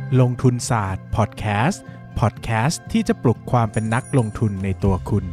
ลงทุนศาสตร์พอดแคสต์ที่จะปลุกความเป็นนักลงทุนในตัวคุณ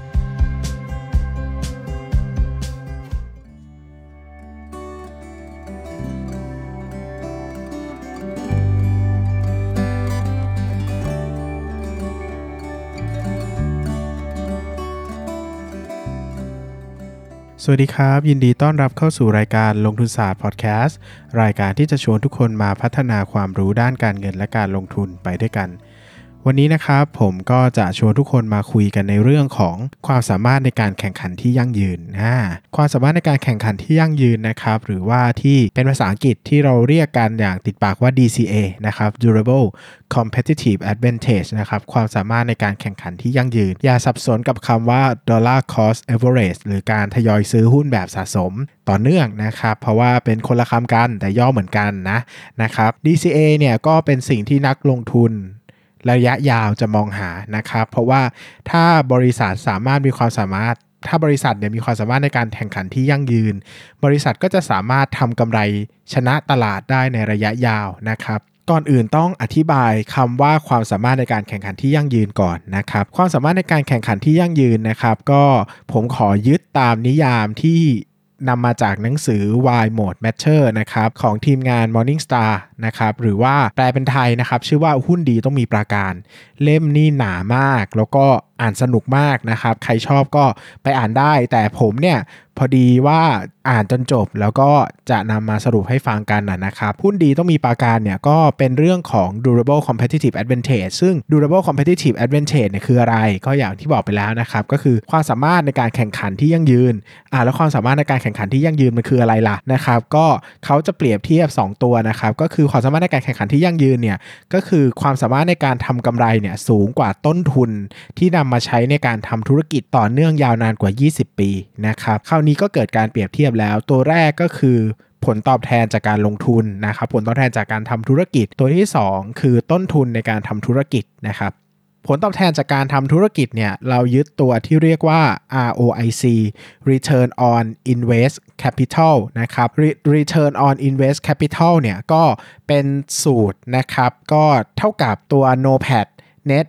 สวัสดีครับยินดีต้อนรับเข้าสู่รายการลงทุนศาสตร์พอดแคสต์รายการที่จะชวนทุกคนมาพัฒนาความรู้ด้านการเงินและการลงทุนไปด้วยกันวันนี้นะครับผมก็จะชวนทุกคนมาคุยกันในเรื่องของความสามารถในการแข่งขันที่ยั่งยืนความสามารถในการแข่งขันที่ยั่งยืนนะครับหรือว่าที่เป็นภาษาอังกฤษที่เราเรียกกันอย่างติดปากว่า DCA นะครับ Durable Competitive Advantage นะครับความสามารถในการแข่งขันที่ยั่งยืนอย่าสับสนกับคำว่า Dollar Cost Average หรือการทยอยซื้อหุ้นแบบสะสมต่อเนื่องนะครับเพราะว่าเป็นคนละคำกันแต่ย่อเหมือนกันนะครับ DCA เนี่ยก็เป็นสิ่งที่นักลงทุนระยะยาวจะมองหานะครับเพราะว่าถ้าบริษัทมีความสามารถในการแข่งขันที่ยั่งยืนบริษัทก็จะสามารถทำกำไรชนะตลาดได้ในระยะยาวนะครับก่อนอื่นต้องอธิบายคำว่าความสามารถในการแข่งขันที่ยั่งยืนก่อนนะครับความสามารถในการแข่งขันที่ยั่งยืนนะครับก็ผมขอยึดตามนิยามที่นำมาจากหนังสือ Why Mode Matter นะครับของทีมงาน Morningstar นะครับหรือว่าแปลเป็นไทยนะครับชื่อว่าหุ้นดีต้องมีประการเล่มนี่หนามากแล้วก็อ่านสนุกมากนะครับใครชอบก็ไปอ่านได้แต่ผมเนี่ยพอดีว่าอ่านจนจบแล้วก็จะนำมาสรุปให้ฟังกันนะครับหุ้นดีต้องมีประการเนี่ยก็เป็นเรื่องของ durable competitive advantage ซึ่ง durable competitive advantage เนี่ยคืออะไรก็อย่างที่บอกไปแล้วนะครับก็คือความสามารถในการแข่งขันที่ยั่งยืนแล้วความสามารถในการแข่งขันที่ยั่งยืนมันคืออะไรล่ะนะครับก็เขาจะเปรียบเทียบ2ตัวนะครับก็คือความสามารถในการแข่งขันที่ยั่งยืนเนี่ยก็คือความสามารถในการทำกำไรเนี่ยสูงกว่าต้นทุนที่นำมาใช้ในการทำธุรกิจต่อเนื่องยาวนานกว่า20ปีนะครับคราวนี้ก็เกิดการเปรียบเทียบแล้วตัวแรกก็คือผลตอบแทนจากการลงทุนนะครับผลตอบแทนจากการทำธุรกิจตัวที่2คือต้นทุนในการทำธุรกิจนะครับผลตอบแทนจากการทำธุรกิจเนี่ยเรายึดตัวที่เรียกว่า ROIC Return on Invest Capital นะครับ Return on Invest Capital เนี่ยก็เป็นสูตรนะครับก็เท่ากับตัว NOPAT Net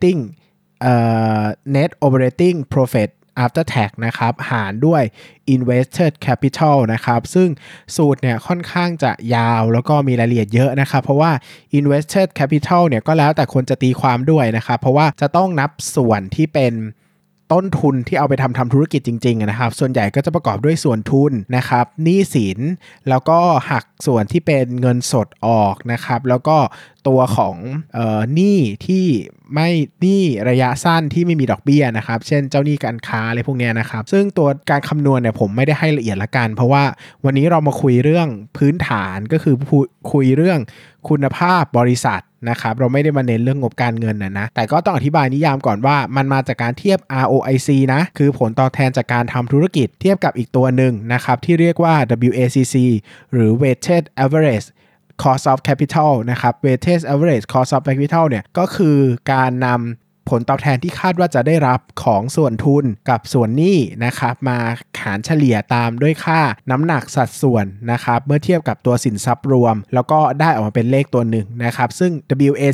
Operating Profit After Tax นะครับหารด้วย Invested Capital นะครับซึ่งสูตรเนี่ยค่อนข้างจะยาวแล้วก็มีรายละเอียดเยอะนะครับเพราะว่า Invested Capital เนี่ยก็แล้วแต่คนจะตีความด้วยนะครับเพราะว่าจะต้องนับส่วนที่เป็นต้นทุนที่เอาไปทำธุรกิจจริงๆนะครับส่วนใหญ่ก็จะประกอบด้วยส่วนทุนนะครับหนี้สินแล้วก็หักส่วนที่เป็นเงินสดออกนะครับแล้วก็ตัวของหนี้ที่ไม่หนี้ระยะสั้นที่ไม่มีดอกเบี้ยนะครับเช่นเจ้าหนี้การค้าอะไรพวกนี้นะครับซึ่งตัวการคำนวณเนี่ยผมไม่ได้ให้ละเอียดละกันเพราะว่าวันนี้เรามาคุยเรื่องพื้นฐานก็คือคุยเรื่องคุณภาพบริษัทนะครับเราไม่ได้มาเน้นเรื่องงบการเงินนะแต่ก็ต้องอธิบายนิยามก่อนว่ามันมาจากการเทียบ ROIC นะคือผลตอบแทนจากการทำธุรกิจเทียบกับอีกตัวหนึ่งนะครับที่เรียกว่า WACC หรือ Weighted Average Cost of Capital นะครับ Weighted Average Cost of Capital เนี่ยก็คือการนำผลตอบแทนที่คาดว่าจะได้รับของส่วนทุนกับส่วนหนี้นะครับมาหารเฉลี่ยตามด้วยค่าน้ำหนักสัดส่วนนะครับเมื่อเทียบกับตัวสินทรัพย์รวมแล้วก็ได้ออกมาเป็นเลขตัวหนึ่งนะครับซึ่ง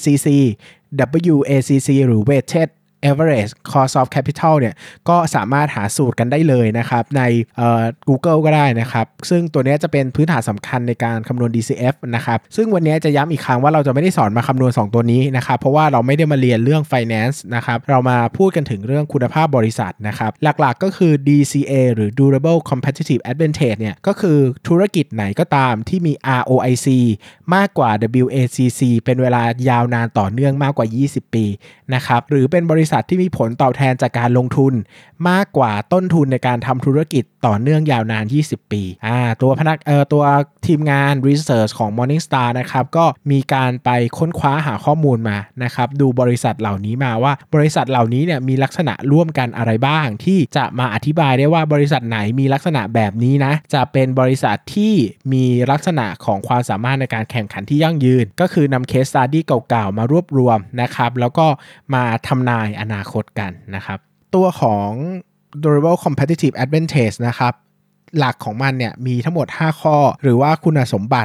WACC หรือ Weighted Average Cost of Capital เนี่ยก็สามารถหาสูตรกันได้เลยนะครับในGoogle ก็ได้นะครับซึ่งตัวนี้จะเป็นพื้นฐานสำคัญในการคำนวณ DCF นะครับซึ่งวันนี้จะย้ำอีกครั้งว่าเราจะไม่ได้สอนมาคำนวณ2ตัวนี้นะครับเพราะว่าเราไม่ได้มาเรียนเรื่อง Finance นะครับเรามาพูดกันถึงเรื่องคุณภาพบริษัทนะครับหลักๆก็คือ DCA หรือ Durable Competitive Advantage เนี่ยก็คือธุรกิจไหนก็ตามที่มี ROIC มากกว่า WACC เป็นเวลายาวนานต่อเนื่องมากกว่า20ปีนะครับหรือเป็นบริษัทที่มีผลตอบแทนจากการลงทุนมากกว่าต้นทุนในการทำธุรกิจต่อเนื่องยาวนาน20ปีตัวทีมงาน Research ของ Morningstar นะครับก็มีการไปค้นคว้าหาข้อมูลมานะครับดูบริษัทเหล่านี้มาว่าบริษัทเหล่านี้เนี่ยมีลักษณะร่วมกันอะไรบ้างที่จะมาอธิบายได้ว่าบริษัทไหนมีลักษณะแบบนี้นะจะเป็นบริษัทที่มีลักษณะของความสามารถในการแข่งขันที่ยั่งยืนก็คือนำ Case Study เก่าๆมารวบรวมนะครับแล้วก็มาทำนายอนาคตกันนะครับตัวของ Durable Competitive Advantage นะครับหลักของมันเนี่ยมีทั้งหมด5ข้อหรือว่าคุณสมบัติ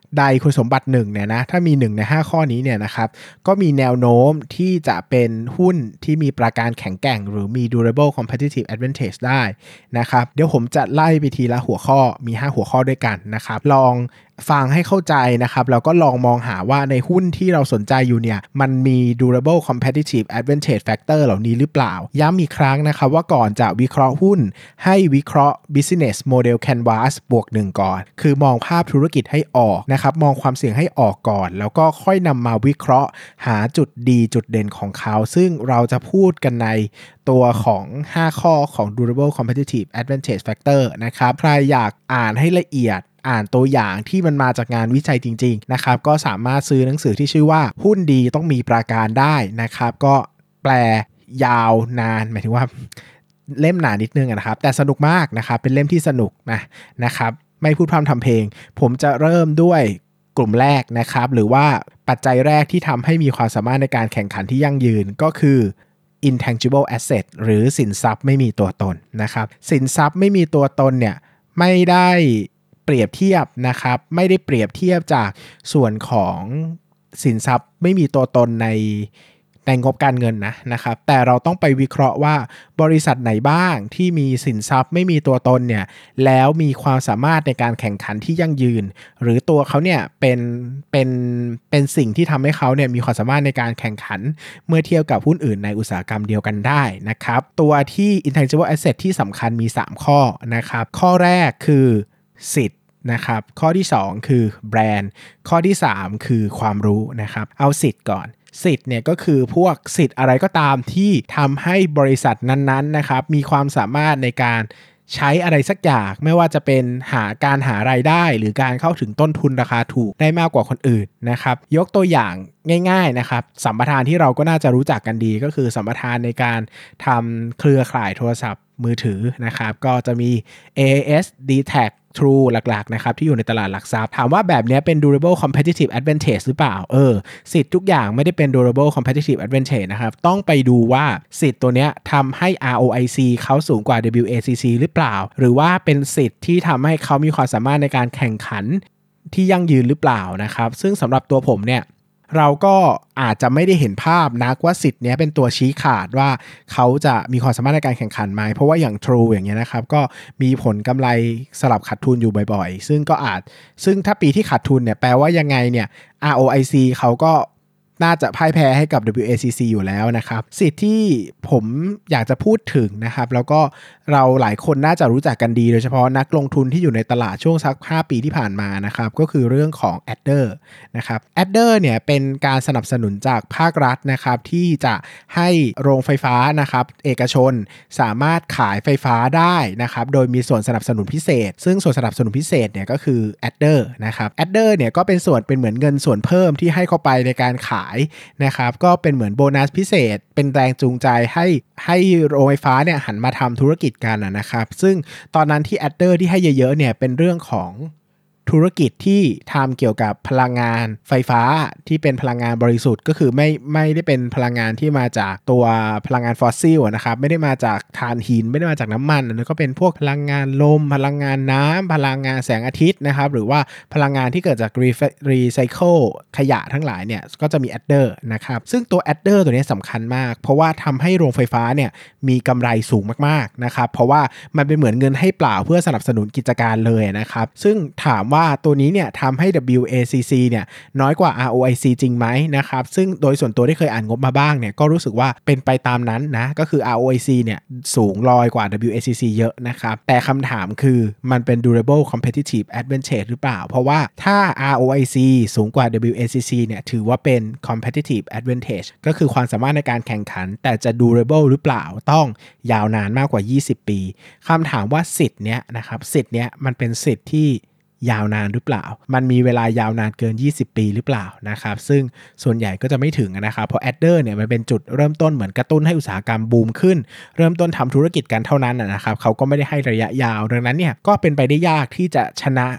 ใดคุณสมบัติ1เนี่ยนะถ้ามี1ใน5ข้อนี้เนี่ยนะครับก็มีแนวโน้มที่จะเป็นหุ้นที่มีปราการแข็งแกร่งหรือมี durable competitive advantage ได้นะครับเดี๋ยวผมจะไล่ไปทีละหัวข้อมี5หัวข้อด้วยกันนะครับลองฟังให้เข้าใจนะครับแล้วก็ลองมองหาว่าในหุ้นที่เราสนใจอยู่เนี่ยมันมี durable competitive advantage factor เหล่านี้หรือเปล่าย้ำอีกครั้งนะครับว่าก่อนจะวิเคราะห์หุ้นให้วิเคราะห์ business model canvas บวก1ก่อนคือมองภาพธุรกิจให้ออกนะครับมองความเสี่ยงให้ออกก่อนแล้วก็ค่อยนำมาวิเคราะห์หาจุดดีจุดเด่นของเขาซึ่งเราจะพูดกันในตัวของ5ข้อของ durable competitive advantage factor นะครับใครอยากอ่านให้ละเอียดอ่านตัวอย่างที่มันมาจากงานวิจัยจริงๆนะครับก็สามารถซื้อหนังสือที่ชื่อว่าหุ้นดีต้องมีปราการได้นะครับก็แปลยาวนานหมายถึงว่าเล่มหนานิดนึงนะครับแต่สนุกมากนะครับเป็นเล่มที่สนุกนะครับไม่พูดพร่ำทำเพลงผมจะเริ่มด้วยกลุ่มแรกนะครับหรือว่าปัจจัยแรกที่ทำให้มีความสามารถในการแข่งขันที่ยั่งยืนก็คือ intangible asset หรือสินทรัพย์ไม่มีตัวตนนะครับสินทรัพย์ไม่มีตัวตนเนี่ยไม่ได้เปรียบเทียบนะครับไม่ได้เปรียบเทียบจากส่วนของสินทรัพย์ไม่มีตัวตนในงบการเงินนะครับแต่เราต้องไปวิเคราะห์ว่าบริษัทไหนบ้างที่มีสินทรัพย์ไม่มีตัวตนเนี่ยแล้วมีความสามารถในการแข่งขันที่ยั่งยืนหรือตัวเขาเนี่ยเป็นสิ่งที่ทำให้เขาเนี่ยมีความสามารถในการแข่งขันเมื่อเทียบกับหุ้นอื่นในอุตสาหกรรมเดียวกันได้นะครับตัวที่ intangible asset ที่สำคัญมี3ข้อนะครับข้อแรกคือสิทธิ์นะครับข้อที่2คือแบรนด์ข้อที่3คือความรู้นะครับเอาสิทธิ์ก่อนสิทธิ์เนี่ยก็คือพวกสิทธิ์อะไรก็ตามที่ทำให้บริษัทนั้นๆนะครับมีความสามารถในการใช้อะไรสักอย่างไม่ว่าจะเป็นการหารายได้หรือการเข้าถึงต้นทุนราคาถูกได้มากกว่าคนอื่นนะครับยกตัวอย่างง่ายๆนะครับสัมปทานที่เราก็น่าจะรู้จักกันดีก็คือสัมปทานในการทำเครือข่ายโทรศัพท์มือถือนะครับก็จะมี AIS DTAC True หลักๆนะครับที่อยู่ในตลาดหลักทรัพย์ถามว่าแบบนี้เป็น durable competitive advantage หรือเปล่าสิทธิ์ทุกอย่างไม่ได้เป็น durable competitive advantage นะครับต้องไปดูว่าสิทธิ์ตัวเนี้ยทำให้ ROIC เขาสูงกว่า WACC หรือเปล่าหรือว่าเป็นสิทธิ์ที่ทำให้เขามีความสามารถในการแข่งขันที่ยั่งยืนหรือเปล่านะครับซึ่งสำหรับตัวผมเนี่ยเราก็อาจจะไม่ได้เห็นภาพนักว่าสิทธิ์นี้เป็นตัวชี้ขาดว่าเขาจะมีความสามารถในการแข่งขันไหมเพราะว่าอย่าง True อย่างเงี้ยนะครับก็มีผลกำไรสลับขาดทุนอยู่บ่อยๆซึ่งถ้าปีที่ขาดทุนเนี่ยแปลว่ายังไงเนี่ย ROIC เขาก็น่าจะพ่ายแพ้ให้กับ WACC อยู่แล้วนะครับสิทธิ์ที่ผมอยากจะพูดถึงนะครับแล้วก็เราหลายคนน่าจะรู้จักกันดีโดยเฉพาะนักลงทุนที่อยู่ในตลาดช่วงสัก5ปีที่ผ่านมานะครับก็คือเรื่องของ Adder นะครับ Adder เนี่ยเป็นการสนับสนุนจากภาครัฐนะครับที่จะให้โรงไฟฟ้านะครับเอกชนสามารถขายไฟฟ้าได้นะครับโดยมีส่วนสนับสนุนพิเศษซึ่งส่วนสนับสนุนพิเศษเนี่ยก็คือ Adder นะครับ Adder เนี่ยก็เป็นเหมือนเงินส่วนเพิ่มที่ให้เข้าไปในการขายนะครับก็เป็นเหมือนโบนัสพิเศษเป็นแรงจูงใจให้โรงไฟฟ้าเนี่ยหันมาทำธุรกิจกันนะครับซึ่งตอนนั้นที่ Adder ที่ให้เยอะๆเนี่ยเป็นเรื่องของธุรกิจที่ทำเกี่ยวกับพลังงานไฟฟ้าที่เป็นพลังงานบริสุทธิ์ก็คือไม่ได้เป็นพลังงานที่มาจากตัวพลังงานฟอสซิลนะครับไม่ได้มาจากถ่านหินไม่ได้มาจากน้ำมันแล้วก็เป็นพวกพลังงานลมพลังงานน้ำพลังงานแสงอาทิตย์นะครับหรือว่าพลังงานที่เกิดจากรีไซเคิลขยะทั้งหลายเนี่ยก็จะมี Adder นะครับซึ่งตัว Adder ตัวนี้สำคัญมากเพราะว่าทำให้โรงไฟฟ้าเนี่ยมีกำไรสูงมากๆนะครับเพราะว่ามันเป็นเหมือนเงินให้เปล่าเพื่อสนับสนุนกิจการเลยนะครับซึ่งถามว่าตัวนี้เนี่ยทำให้ WACC เนี่ยน้อยกว่า ROIC จริงไหมนะครับซึ่งโดยส่วนตัวได้เคยอ่านงบมาบ้างเนี่ยก็รู้สึกว่าเป็นไปตามนั้นนะก็คือ ROIC เนี่ยสูงลอยกว่า WACC เยอะนะครับแต่คำถามคือมันเป็น durable competitive advantage หรือเปล่าเพราะว่าถ้า ROIC สูงกว่า WACC เนี่ยถือว่าเป็น competitive advantage ก็คือความสามารถในการแข่งขันแต่จะ durable หรือเปล่าต้องยาวนานมากกว่า20ปีคำถามว่าสิทธิ์เนี้ยนะครับสิทธิ์เนี้ยมันเป็นสิทธิ์ที่ยาวนานหรือเปล่ามันมีเวลายาวนานเกิน20ปีหรือเปล่านะครับซึ่งส่วนใหญ่ก็จะไม่ถึงนะครับเพราะ Adder เนี่ยมันเป็นจุดเริ่มต้นเหมือนกระตุ้นให้อุตสาหกรรมบูมขึ้นเริ่มต้นทำธุรกิจกันเท่านั้นนะครับเขาก็ไม่ได้ให้ระยะยาวดังนั้นเนี่ยก็เป็นไปได้ยากที่จะชนะ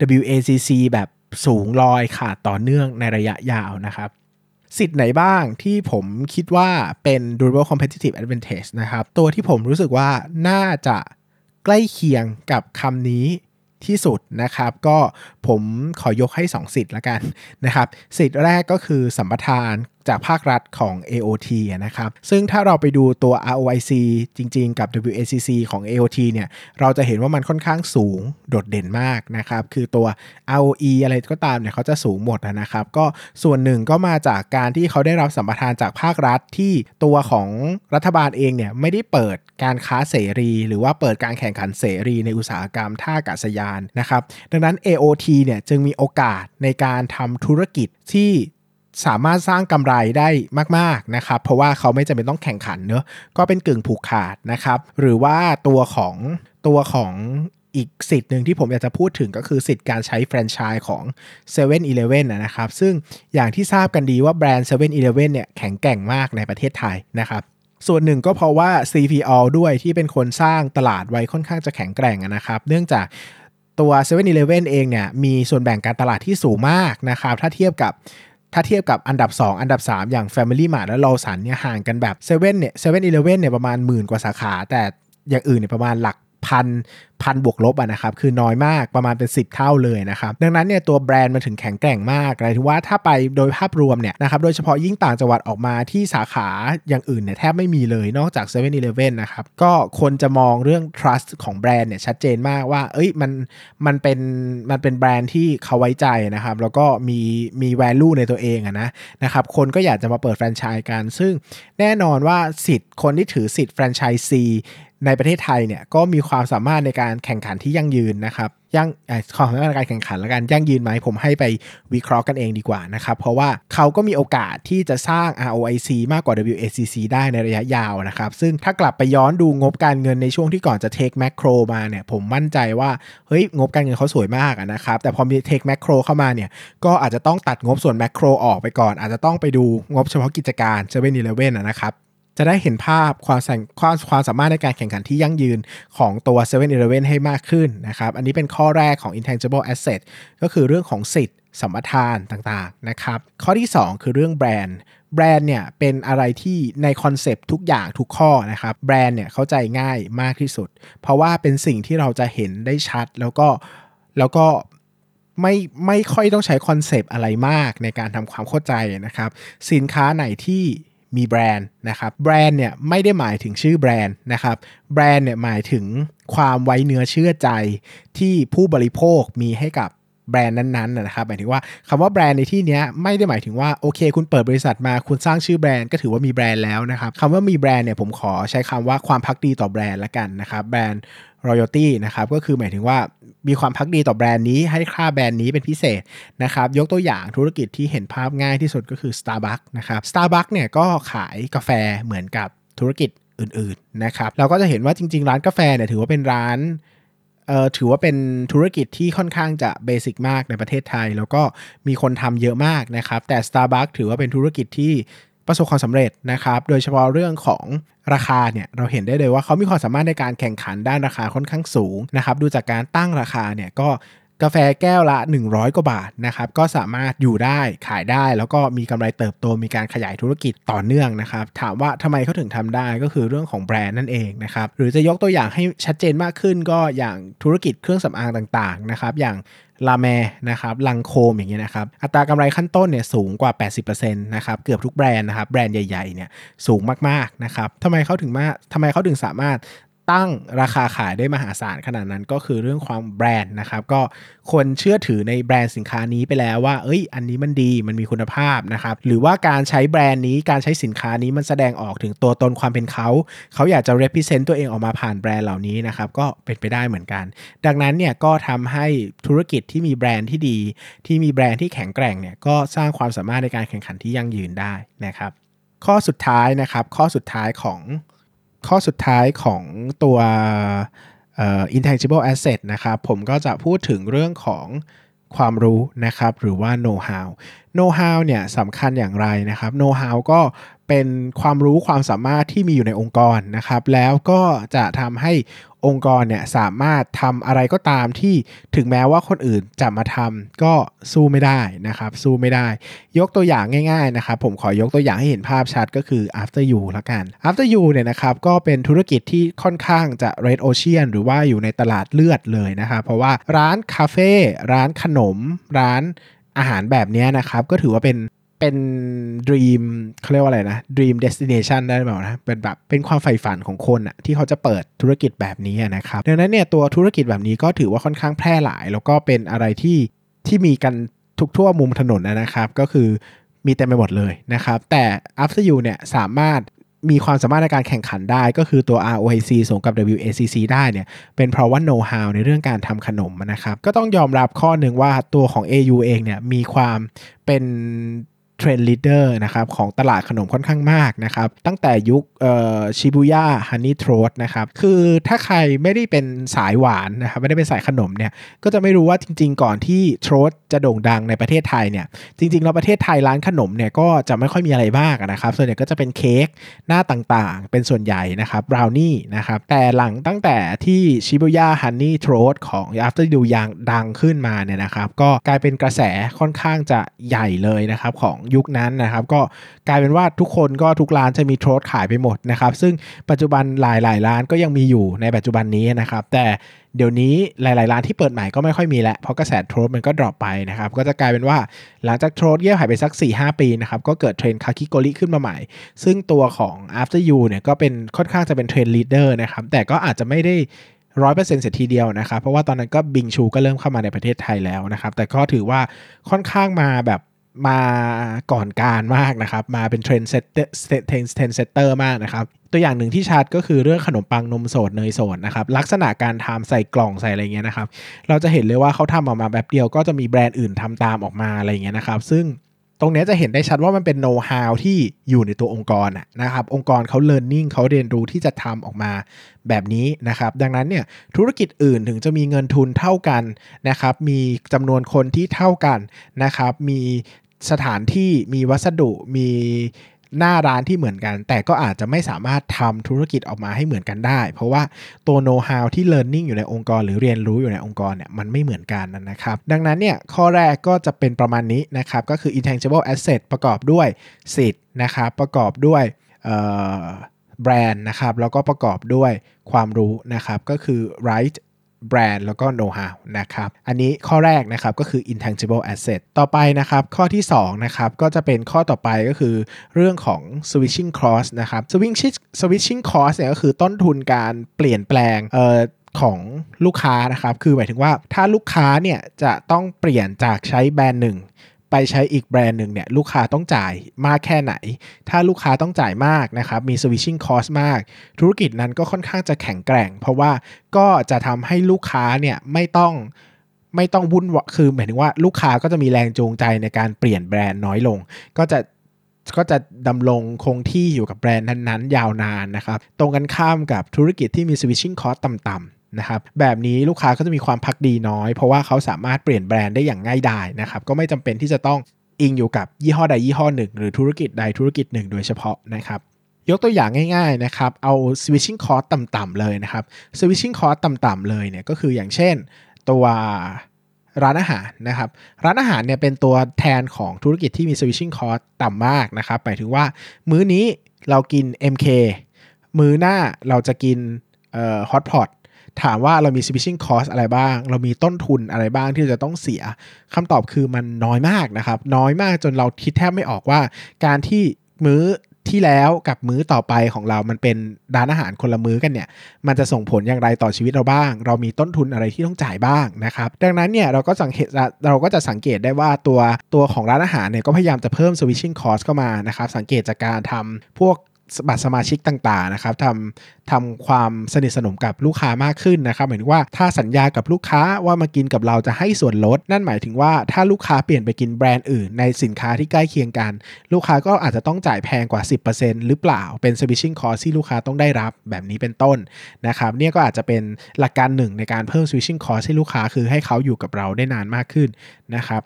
WACC แบบสูงลอยขาดต่อเนื่องในระยะยาวนะครับสิทธิ์ไหนบ้างที่ผมคิดว่าเป็น durable competitive advantage นะครับตัวที่ผมรู้สึกว่าน่าจะใกล้เคียงกับคำนี้ที่สุดนะครับก็ผมขอยกให้2สิทธิ์ละกันนะครับสิทธิ์แรกก็คือสัมปทานจากภาครัฐของ AOT นะครับซึ่งถ้าเราไปดูตัว ROIC จริงๆกับ WACC ของ AOT เนี่ยเราจะเห็นว่ามันค่อนข้างสูงโดดเด่นมากนะครับคือตัว ROE อะไรก็ตามเนี่ยเขาจะสูงหมดนะครับก็ส่วนหนึ่งก็มาจากการที่เขาได้รับสัมปทานจากภาครัฐที่ตัวของรัฐบาลเองเนี่ยไม่ได้เปิดการค้าเสรีหรือว่าเปิดการแข่งขันเสรีในอุตสาหกรรมท่าอากาศยานนะครับดังนั้น AOT เนี่ยจึงมีโอกาสในการทำธุรกิจที่สามารถสร้างกำไรได้มากๆนะครับเพราะว่าเขาไม่จำเป็นต้องแข่งขันเนอะก็เป็นกึ่งผูกขาดนะครับหรือว่าตัวของอีกสิทธิ์หนึ่งที่ผมอยากจะพูดถึงก็คือสิทธิ์การใช้แฟรนไชส์ของ 7-Eleven นะครับซึ่งอย่างที่ทราบกันดีว่าแบรนด์ 7-Eleven เนี่ยแข็งแกร่งมากในประเทศไทยนะครับส่วนหนึ่งก็เพราะว่า CPO ด้วยที่เป็นคนสร้างตลาดไว้ค่อนข้างจะแข็งแกร่งนะครับเนื่องจากตัว 7-Eleven เองเนี่ยมีส่วนแบ่งการตลาดที่สูงมากนะครับถ้าเทียบกับอันดับ2อันดับ3อย่าง Family Mart และ Lawson เนี่ยห่างกันแบบ7-Eleven เนี่ยประมาณหมื่นกว่าสาขาแต่อย่างอื่นเนี่ยประมาณหลักพันบวกลบนะครับคือน้อยมากประมาณเป็น10เท่าเลยนะครับดังนั้นเนี่ยตัวแบรนด์มันถึงแข็งแกร่งมากเลยที่ว่าถ้าไปโดยภาพรวมเนี่ยนะครับโดยเฉพาะยิ่งต่างจังหวัดออกมาที่สาขาอย่างอื่นเนี่ยแทบไม่มีเลยนอกจาก 7-Eleven นะครับก็คนจะมองเรื่อง trust ของแบรนด์เนี่ยชัดเจนมากว่ามันเป็นแบรนด์ที่เขาไว้ใจนะครับแล้วก็มี value ในตัวเองนะครับคนก็อยากจะมาเปิดแฟรนไชส์กันซึ่งแน่นอนว่าสิทธิ์คนที่ถือสิทธิ์แฟรนไชส์ซีในประเทศไทยเนี่ยก็มีความสามารถในการแข่งขันที่ยั่งยืนนะครับความสามารถในการแข่งขันและการยั่งยืนไหมผมให้ไปวิเคราะห์กันเองดีกว่านะครับเพราะว่าเขาก็มีโอกาสที่จะสร้าง ROIC มากกว่า WACC ได้ในระยะยาวนะครับซึ่งถ้ากลับไปย้อนดูงบการเงินในช่วงที่ก่อนจะ Take Macro มาเนี่ยผมมั่นใจว่าเฮ้ยงบการเงินเขาสวยมากนะครับแต่พอมี Take Macro เข้ามาเนี่ยก็อาจจะต้องตัดงบส่วน Macro ออกไปก่อนอาจจะต้องไปดูงบเฉพาะกิจการ 7-Eleven นะครับจะได้เห็นภาพความสามารถในการแข่งขันที่ยั่งยืนของตัว 7-Eleven ให้มากขึ้นนะครับอันนี้เป็นข้อแรกของ intangible asset ก็คือเรื่องของสิทธิ์สัมปทานต่างๆนะครับข้อที่2คือเรื่องแบรนด์เนี่ยเป็นอะไรที่ในคอนเซปต์ทุกอย่างทุกข้อนะครับแบรนด์เนี่ยเข้าใจง่ายมากที่สุดเพราะว่าเป็นสิ่งที่เราจะเห็นได้ชัดแล้วก็ไม่ค่อยต้องใช้คอนเซปต์อะไรมากในการทำความเข้าใจนะครับสินค้าไหนที่มีแบรนด์นะครับแบรนด์เนี่ยไม่ได้หมายถึงชื่อแบรนด์นะครับแบรนด์เนี่ยหมายถึงความไว้เนื้อเชื่อใจที่ผู้บริโภคมีให้กับแบรนด์นั้นๆนะครับหมายถึงว่าคำว่าแบรนด์ในที่นี้ไม่ได้หมายถึงว่าโอเคคุณเปิดบริษัทมาคุณสร้างชื่อแบรนด์ก็ถือว่ามีแบรนด์แล้วนะครับคำว่ามีแบรนด์เนี่ยผมขอใช้คำว่าความภักดีต่อแบรนด์ละกันนะครับแบรนด์ royalty นะครับก็คือหมายถึงว่ามีความภักดีต่อแบรนด์นี้ให้ค่าแบรนด์นี้เป็นพิเศษนะครับยกตัวอย่างธุรกิจที่เห็นภาพง่ายที่สุดก็คือ Starbucks นะครับ Starbucks เนี่ยก็ขายกาแฟเหมือนกับธุรกิจอื่นๆนะครับเราก็จะเห็นว่าจริงๆร้านกาแฟเนี่ยถือว่าเป็นร้านถือว่าเป็นธุรกิจที่ค่อนข้างจะเบสิกมากในประเทศไทยแล้วก็มีคนทำเยอะมากนะครับแต่ Starbucks ถือว่าเป็นธุรกิจที่ประสบความสำเร็จนะครับโดยเฉพาะเรื่องของราคาเนี่ยเราเห็นได้เลยว่าเขามีความสามารถในการแข่งขันด้านราคาค่อนข้างสูงนะครับดูจากการตั้งราคาเนี่ยก็กาแฟแก้วละ100กว่าบาทนะครับก็สามารถอยู่ได้ขายได้แล้วก็มีกำไรเติบโตมีการขยายธุรกิจต่อเนื่องนะครับถามว่าทำไมเขาถึงทำได้ก็คือเรื่องของแบรนด์นั่นเองนะครับหรือจะยกตัวอย่างให้ชัดเจนมากขึ้นก็อย่างธุรกิจเครื่องสำอางต่างๆนะครับอย่างลาแมนะครับลังโคมอย่างเงี้ยนะครับอัตรากำไรขั้นต้นเนี่ยสูงกว่า 80% นะครับเกือบทุกแบรนด์นะครับแบรนด์ใหญ่ๆเนี่ยสูงมากๆนะครับทำไมเขาถึงสามารถตั้งราคาขายได้มหาศาลขนาดนั้นก็คือเรื่องความแบรนด์นะครับก็คนเชื่อถือในแบรนด์สินค้านี้ไปแล้วว่าอันนี้มันดีมันมีคุณภาพนะครับหรือว่าการใช้แบรนด์นี้การใช้สินค้านี้มันแสดงออกถึงตัวตนความเป็นเขาอยากจะ represent ตัวเองออกมาผ่านแบรนด์เหล่านี้นะครับก็เป็นไปได้เหมือนกันดังนั้นเนี่ยก็ทำให้ธุรกิจที่มีแบรนด์ที่ดีที่มีแบรนด์ที่แข็งแกร่งเนี่ยก็สร้างความสามารถในการแข่งขันที่ยั่งยืนได้นะครับข้อสุดท้ายของตัว intangible asset นะครับผมก็จะพูดถึงเรื่องของความรู้นะครับหรือว่า know how know how เนี่ยสำคัญอย่างไรนะครับ know how ก็เป็นความรู้ความสามารถที่มีอยู่ในองค์กรนะครับแล้วก็จะทำให้องค์กรเนี่ยสามารถทำอะไรก็ตามที่ถึงแม้ว่าคนอื่นจะมาทำก็สู้ไม่ได้นะครับสู้ไม่ได้ยกตัวอย่างง่ายๆนะครับผมขอยกตัวอย่างให้เห็นภาพชัดก็คือ After You ละกัน After You เนี่ยนะครับก็เป็นธุรกิจที่ค่อนข้างจะ Red Ocean หรือว่าอยู่ในตลาดเลือดเลยนะครับเพราะว่าร้านคาเฟ่ร้านขนมร้านอาหารแบบนี้นะครับก็ถือว่าเป็น dream เขาเรียกว่าอะไรนะ dream destination ได้ไหมนะเป็นแบบเป็นความใฝ่ฝันของคนอะที่เขาจะเปิดธุรกิจแบบนี้นะครับดังนั้นเนี่ยตัวธุรกิจแบบนี้ก็ถือว่าค่อนข้างแพร่หลายแล้วก็เป็นอะไรที่มีกันทุกทั่วมุมถนนนะครับก็คือมีเต็มไปหมดเลยนะครับแต่ After You เนี่ยสามารถมีความสามารถในการแข่งขันได้ก็คือตัว ROIC ส่งกับ WACC ได้เนี่ยเป็นเพราะว่า know how ในเรื่องการทำขนมนะครับก็ต้องยอมรับข้อหนึ่งว่าตัวของ AU เองเนี่ยมีความเป็นเทรนด์ลีดเดอร์นะครับของตลาดขนมค่อนข้างมากนะครับตั้งแต่ยุคชิบูย่าฮันนี่โทรสนะครับคือถ้าใครไม่ได้เป็นสายหวานนะครับไม่ได้เป็นสายขนมเนี่ยก็จะไม่รู้ว่าจริงๆก่อนที่โทรสจะโด่งดังในประเทศไทยเนี่ยจริงๆแล้วประเทศไทยร้านขนมเนี่ยก็จะไม่ค่อยมีอะไรมากนะครับส่วนใหญ่ก็จะเป็นเค้กหน้าต่างๆเป็นส่วนใหญ่นะครับบราวนี่นะครับแต่หลังตั้งแต่ที่ชิบูย่าฮันนี่โทรสของ After You ยังดังขึ้นมาเนี่ยนะครับก็กลายเป็นกระแสค่อนข้างจะใหญ่เลยนะครับของยุคนั้นนะครับก็กลายเป็นว่าทุกคนก็ทุกร้านจะมีโทรสขายไปหมดนะครับซึ่งปัจจุบันหลายร้านก็ยังมีอยู่ในปัจจุบันนี้นะครับแต่เดี๋ยวนี้หลายๆร้านที่เปิดใหม่ก็ไม่ค่อยมีแล้วเพราะกระแสโทรสมันก็ดรอปไปนะครับก็จะกลายเป็นว่าหลังจากโทรสเงียบหายไปสัก 4-5 ปีนะครับก็เกิดเทรนด์คาคิโกริขึ้นมาใหม่ซึ่งตัวของ After You เนี่ยก็เป็นค่อนข้างจะเป็นเทรนด์ลีดเดอร์นะครับแต่ก็อาจจะไม่ได้100%เสร็จทีเดียวนะครับเพราะว่าตอนนั้นก็บิงชูก็เริ่มเข้ามาในประเทศไทยแล้วนะครับแต่ก็ถือว่าค่อนข้างมาก่อนการมากนะครับมาเป็นเทรนด์เซตเตอร์มากนะครับตัวอย่างหนึ่งที่ชัดก็คือเรื่องขนมปังนมสดเนยสดนะครับลักษณะการทำใส่กล่องใส่อะไรเงี้ยนะครับเราจะเห็นเลยว่าเขาทำออกมาแบบเดียวก็จะมีแบรนด์อื่นทำตามออกมาอะไรเงี้ยนะครับซึ่งตรงนี้จะเห็นได้ชัดว่ามันเป็นโน้ตฮาวที่อยู่ในตัวองค์กรนะครับองค์กรเขาเรียนรู้เขาเรียนรู้ที่จะทำออกมาแบบนี้นะครับดังนั้นเนี่ยธุรกิจอื่นถึงจะมีเงินทุนเท่ากันนะครับมีจำนวนคนที่เท่ากันนะครับมีสถานที่มีวัสดุมีหน้าร้านที่เหมือนกันแต่ก็อาจจะไม่สามารถทำธุรกิจออกมาให้เหมือนกันได้เพราะว่าตัว know how ที่ learning อยู่ในองค์กรหรือเรียนรู้อยู่ในองค์กรเนี่ยมันไม่เหมือนกันนะครับดังนั้นเนี่ยข้อแรกก็จะเป็นประมาณนี้นะครับก็คือ intangible asset ประกอบด้วยสิทธิ์นะครับประกอบด้วยแบรนด์นะครับแล้วก็ประกอบด้วยความรู้นะครับก็คือ rightแบรนด์แล้วก็ know how นะครับอันนี้ข้อแรกนะครับก็คือ intangible asset ต่อไปนะครับข้อที่2นะครับก็จะเป็นข้อต่อไปก็คือเรื่องของ switching cost นะครับ switching cost เนี่ยก็คือต้นทุนการเปลี่ยนแปลงของลูกค้านะครับคือหมายถึงว่าถ้าลูกค้าเนี่ยจะต้องเปลี่ยนจากใช้แบรนด์หนึ่งไปใช้อีกแบรนด์หนึ่งเนี่ยลูกค้าต้องจ่ายมากแค่ไหนถ้าลูกค้าต้องจ่ายมากนะครับมี switching cost มากธุรกิจนั้นก็ค่อนข้างจะแข็งแกร่งเพราะว่าก็จะทำให้ลูกค้าเนี่ยไม่ต้องวุ่นวายคือหมายถึงว่าลูกค้าก็จะมีแรงจูงใจในการเปลี่ยนแบรนด์น้อยลงก็จะดำรงคงที่อยู่กับแบรนด์นั้นๆยาวนานนะครับตรงกันข้ามกับธุรกิจที่มี switching cost ต่ำๆนะครับแบบนี้ลูกค้าก็จะมีความภักดีน้อยเพราะว่าเขาสามารถเปลี่ยนแบรนด์ได้อย่างง่ายดายนะครับก็ไม่จำเป็นที่จะต้องอิงอยู่กับยี่ห้อใดยี่ห้อหนึ่งหรือธุรกิจใดธุรกิจหนึ่งโดยเฉพาะนะครับยกตัวอย่างง่ายๆนะครับเอา switching cost ต่ำๆเลยนะครับ switching cost ต่ำๆเลยเนี่ยก็คืออย่างเช่นตัวร้านอาหารนะครับร้านอาหารเนี่ยเป็นตัวแทนของธุรกิจที่มี switching cost ต่ำมากนะครับหมายถึงว่ามื้อนี้เรากิน MK มื้อหน้าเราจะกินhot pot ถามว่าเรามี switching cost อะไรบ้างเรามีต้นทุนอะไรบ้างที่จะต้องเสียคำตอบคือมันน้อยมากนะครับน้อยมากจนเราคิดแทบไม่ออกว่าการที่มื้อที่แล้วกับมื้อต่อไปของเรามันเป็นร้านอาหารคนละมื้อกันเนี่ยมันจะส่งผลอย่างไรต่อชีวิตเราบ้างเรามีต้นทุนอะไรที่ต้องจ่ายบ้างนะครับดังนั้นเนี่ยเราก็จะสังเกตได้ว่าตัวของร้านอาหารเนี่ยก็พยายามจะเพิ่ม switching cost เข้ามานะครับสังเกตจากการทำพวกบัตรสมาชิกต่างๆนะครับทำความสนิทสนมกับลูกค้ามากขึ้นนะครับหมายถึงว่าถ้าสัญญากับลูกค้าว่ามากินกับเราจะให้ส่วนลดนั่นหมายถึงว่าถ้าลูกค้าเปลี่ยนไปกินแบรนด์อื่นในสินค้าที่ใกล้เคียงกันลูกค้าก็อาจจะต้องจ่ายแพงกว่า 10% หรือเปล่าเป็น switching cost ที่ลูกค้าต้องได้รับแบบนี้เป็นต้นนะครับเนี่ยก็อาจจะเป็นหลักการหนึ่งในการเพิ่ม switching cost ให้ลูกค้าคือให้เขาอยู่กับเราได้นานมากขึ้นนะครับ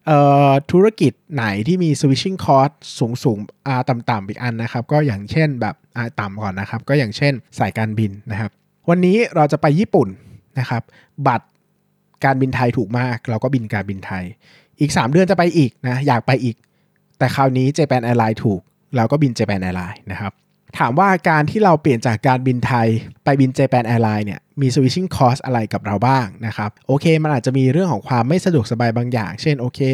ธุรกิจไหนที่มี switching cost สูงต่ำอีกอันนะครับก็อย่างเช่นแบบต่ำก่อนนะครับก็อย่างเช่นสายการบินนะครับวันนี้เราจะไปญี่ปุ่นนะครับบัตรการบินไทยถูกมากเราก็บินการบินไทยอีก3เดือนจะไปอีกนะอยากไปอีกแต่คราวนี้ Japan Airlines ถูกเราก็บิน Japan Airlines นะครับถามว่าการที่เราเปลี่ยนจากการบินไทยไปบิน Japan Airlines เนี่ยมี switching cost อะไรกับเราบ้างนะครับโอเคมันอาจจะมีเรื่องของความไม่สะดวกสบายบางอย่างเช่นโอเค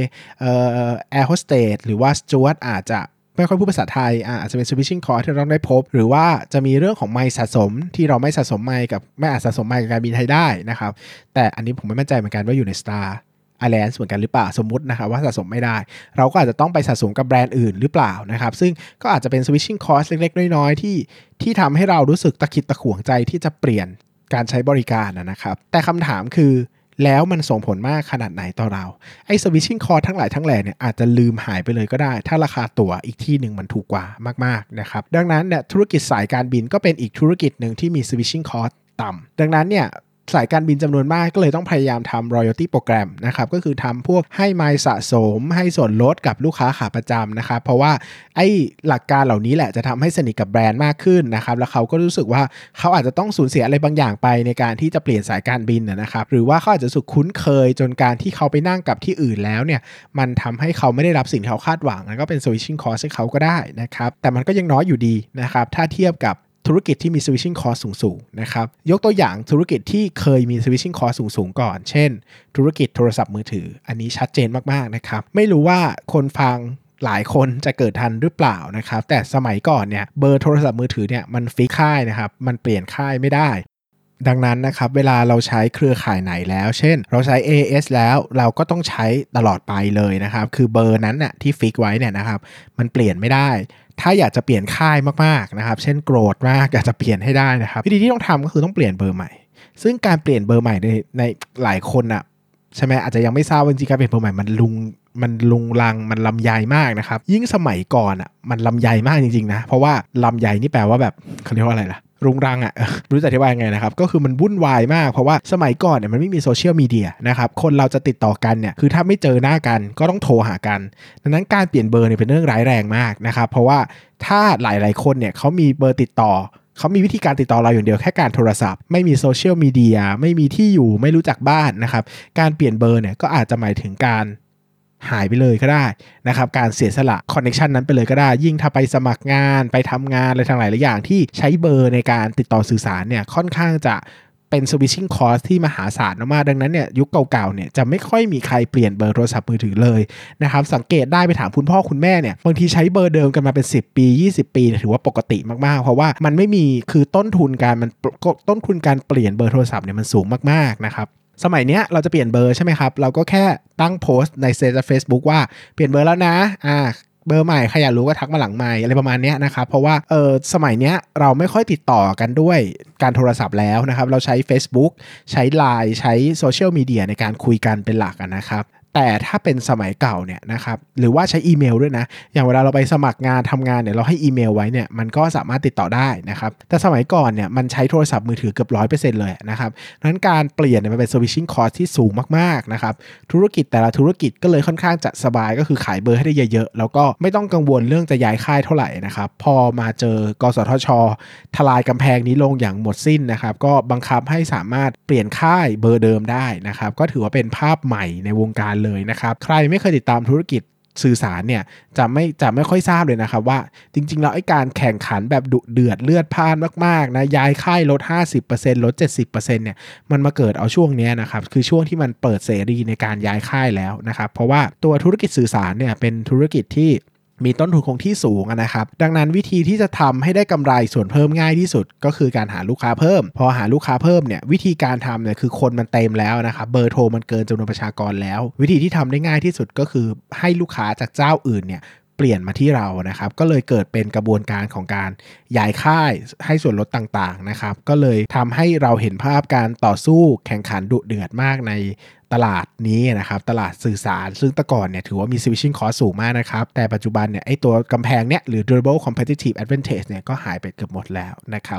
air hostess หรือว่า steward อาจจะไม่ค่อยพูดภาษาไทยอาจจะเป็น switching cost ที่เราต้องได้พบหรือว่าจะมีเรื่องของไมล์สะสมที่เราไม่สะสมไมล์กับไม่อาจสะสมไมล์กับการบินไทยได้นะครับแต่อันนี้ผมไม่มั่นใจเหมือนกันว่าอยู่ใน Star Alliance เหมือนกันหรือเปล่าสมมุตินะครับว่าสะสมไม่ได้เราก็อาจจะต้องไปสะสมกับแบรนด์อื่นหรือเปล่านะครับซึ่งก็อาจจะเป็น switching cost เล็กๆน้อยๆที่ทำให้เรารู้สึกตะขิดตะขวงใจที่จะเปลี่ยนการใช้บริการนะครับแต่คำถามคือแล้วมันส่งผลมากขนาดไหนต่อเราไอ้ switching cost ทั้งหลายทั้งแหล่เนี่ยอาจจะลืมหายไปเลยก็ได้ถ้าราคาตั๋วอีกที่หนึ่งมันถูกกว่ามากๆนะครับดังนั้นเนี่ยธุรกิจสายการบินก็เป็นอีกธุรกิจหนึ่งที่มี switching cost ต่ำดังนั้นเนี่ยสายการบินจำนวนมากก็เลยต้องพยายามทำ royalty program นะครับก็คือทำพวกให้ไมล์สะสมให้ส่วนลดกับลูกค้าขาประจำนะครับเพราะว่าไอ้หลักการเหล่านี้แหละจะทำให้สนิทกับแบรนด์มากขึ้นนะครับแล้วเขาก็รู้สึกว่าเขาอาจจะต้องสูญเสียอะไรบางอย่างไปในการที่จะเปลี่ยนสายการบินนะครับหรือว่าเขาอาจจะรู้สึกคุ้นเคยจนการที่เขาไปนั่งกับที่อื่นแล้วเนี่ยมันทำให้เขาไม่ได้รับสิ่งที่เขาคาดหวังแล้วก็เป็น switching cost ให้เขาก็ได้นะครับแต่มันก็ยังน้อยอยู่ดีนะครับถ้าเทียบกับธุรกิจที่มี switching cost สูงๆนะครับยกตัวอย่างธุรกิจที่เคยมี switching cost สูงๆก่อนเช่นธุรกิจโทรศัพท์มือถืออันนี้ชัดเจนมากๆนะครับไม่รู้ว่าคนฟังหลายคนจะเกิดทันหรือเปล่านะครับแต่สมัยก่อนเนี่ยเบอร์โทรศัพท์มือถือเนี่ยมันฟิกค่ายนะครับมันเปลี่ยนค่ายไม่ได้ดังนั้นนะครับเวลาเราใช้เครือข่ายไหนแล้วเช่นเราใช้ AIS แล้วเราก็ต้องใช้ตลอดไปเลยนะครับคือเบอร์นั้นน่ะที่ฟิกไว้เนี่ยนะครับมันเปลี่ยนไม่ได้ถ้าอยากจะเปลี่ยนค่ายมากๆนะครับเช่นโกรธมากอยากจะเปลี่ยนให้ได้นะครับวิธีที่ต้องทำก็คือต้องเปลี่ยนเบอร์ใหม่ซึ่งการเปลี่ยนเบอร์ใหม่ในหลายคนน่ะใช่ไหมอาจจะยังไม่ทราบว่าจริงๆการเปลี่ยนเบอร์ใหม่มันลุงลังมันลำไยมากนะครับยิ่งสมัยก่อนอ่ะมันลำไยมากจริงๆนะเพราะว่าลำไยนี่แปลว่าแบบเขาเรียกว่าอะไรล่ะรุงรังอ่ะรู้จะอธิบายยังไงนะครับก็คือมันวุ่นวายมากเพราะว่าสมัยก่อนเนี่ยมันไม่มีโซเชียลมีเดียนะครับคนเราจะติดต่อกันเนี่ยคือถ้าไม่เจอหน้ากันก็ต้องโทรหากันดังนั้นการเปลี่ยนเบอร์เนี่ยเป็นเรื่องร้ายแรงมากนะครับเพราะว่าถ้าหลายๆคนเนี่ยเขามีเบอร์ติดต่อเขามีวิธีการติดต่อเราอย่างเดียวแค่การโทรศัพท์ไม่มีโซเชียลมีเดียไม่มีที่อยู่ไม่รู้จักบ้านนะครับการเปลี่ยนเบอร์เนี่ยก็อาจจะหมายถึงการหายไปเลยก็ได้นะครับการเสียสละคอนเนคชันนั้นไปเลยก็ได้ยิ่งถ้าไปสมัครงานไปทำงานอะไรทั้งหลายอย่างที่ใช้เบอร์ในการติดต่อสื่อสารเนี่ยค่อนข้างจะเป็น switching cost ที่มหาศาลมากดังนั้นเนี่ยยุคเก่าๆเนี่ยจะไม่ค่อยมีใครเปลี่ยนเบอร์โทรศัพท์มือถือเลยนะครับสังเกตได้ไปถามคุณพ่อคุณแม่เนี่ยบางทีใช้เบอร์เดิมกันมาเป็น10ปี20ปีถือว่าปกติมากๆเพราะว่ามันไม่มีคือต้นทุนการเปลี่ยนเบอร์โทรศัพท์เนี่ยมันสูงมากๆนะครับสมัยเนี้ยเราจะเปลี่ยนเบอร์ใช่ไหมครับเราก็แค่ตั้งโพสต์ในFacebook ว่าเปลี่ยนเบอร์แล้วนะเบอร์ใหม่ใครอยากรู้ก็ทักมาหลังไมค์อะไรประมาณนี้นะครับเพราะว่าสมัยเนี้ยเราไม่ค่อยติดต่อกันด้วยการโทรศัพท์แล้วนะครับเราใช้ Facebook ใช้ LINE ใช้โซเชียลมีเดียในการคุยกันเป็นหลักนะครับแต่ถ้าเป็นสมัยเก่าเนี่ยนะครับหรือว่าใช้อีเมลด้วยนะอย่างเวลาเราไปสมัครงานทำงานเนี่ยเราให้อีเมลไว้เนี่ยมันก็สามารถติดต่อได้นะครับแต่สมัยก่อนเนี่ยมันใช้โทรศัพท์มือถือเกือบ 100% เลยนะครับนั้นการเปลี่ยนเนี่ยมันเป็น switching cost ที่สูงมากๆนะครับธุรกิจแต่ละธุรกิจก็เลยค่อนข้างจะสบายก็คือขายเบอร์ให้ได้เยอะๆแล้วก็ไม่ต้องกังวลเรื่องจะย้ายค่ายเท่าไหร่นะครับพอมาเจอกสทช.ทลายกำแพงนี้ลงอย่างหมดสิ้นนะครับก็บังคับให้สามารถเปลี่ยนค่ายเบอร์เดิมได้นะครับก็ถือว่าเป็นภาพใหม่ในวงการเลยนะครับใครไม่เคยติดตามธุรกิจสื่อสารเนี่ยจะไม่ค่อยทราบเลยนะครับว่าจริงๆแล้วไอ้การแข่งขันแบบดุเดือดเลือดพล่านมากๆนะย้ายค่ายลด 50% ลด 70% เนี่ยมันมาเกิดเอาช่วงนี้นะครับคือช่วงที่มันเปิดเสรีในการย้ายค่ายแล้วนะครับเพราะว่าตัวธุรกิจสื่อสารเนี่ยเป็นธุรกิจที่มีต้นทุนคงที่สูงนะครับดังนั้นวิธีที่จะทำให้ได้กำไรส่วนเพิ่มง่ายที่สุดก็คือการหาลูกค้าเพิ่มพอหาลูกค้าเพิ่มเนี่ยวิธีการทำเนี่ยคือคนมันเต็มแล้วนะครับเบอร์โทรมันเกินจำนวนประชากรแล้ววิธีที่ทำได้ง่ายที่สุดก็คือให้ลูกค้าจากเจ้าอื่นเนี่ยเปลี่ยนมาที่เรานะครับก็เลยเกิดเป็นกระบวนการของการย้ายค่ายให้ส่วนลดต่างๆนะครับก็เลยทำให้เราเห็นภาพการต่อสู้แข่งขันดุเดือดมากในตลาดนี้นะครับตลาดสื่อสารซึ่งแต่ก่อนเนี่ยถือว่ามี switching cost สูงมากนะครับแต่ปัจจุบันเนี่ยไอ้ตัวกำแพงเนี่ยหรือ durable competitive advantage เนี่ยก็หายไปเกือบหมดแล้วนะครับ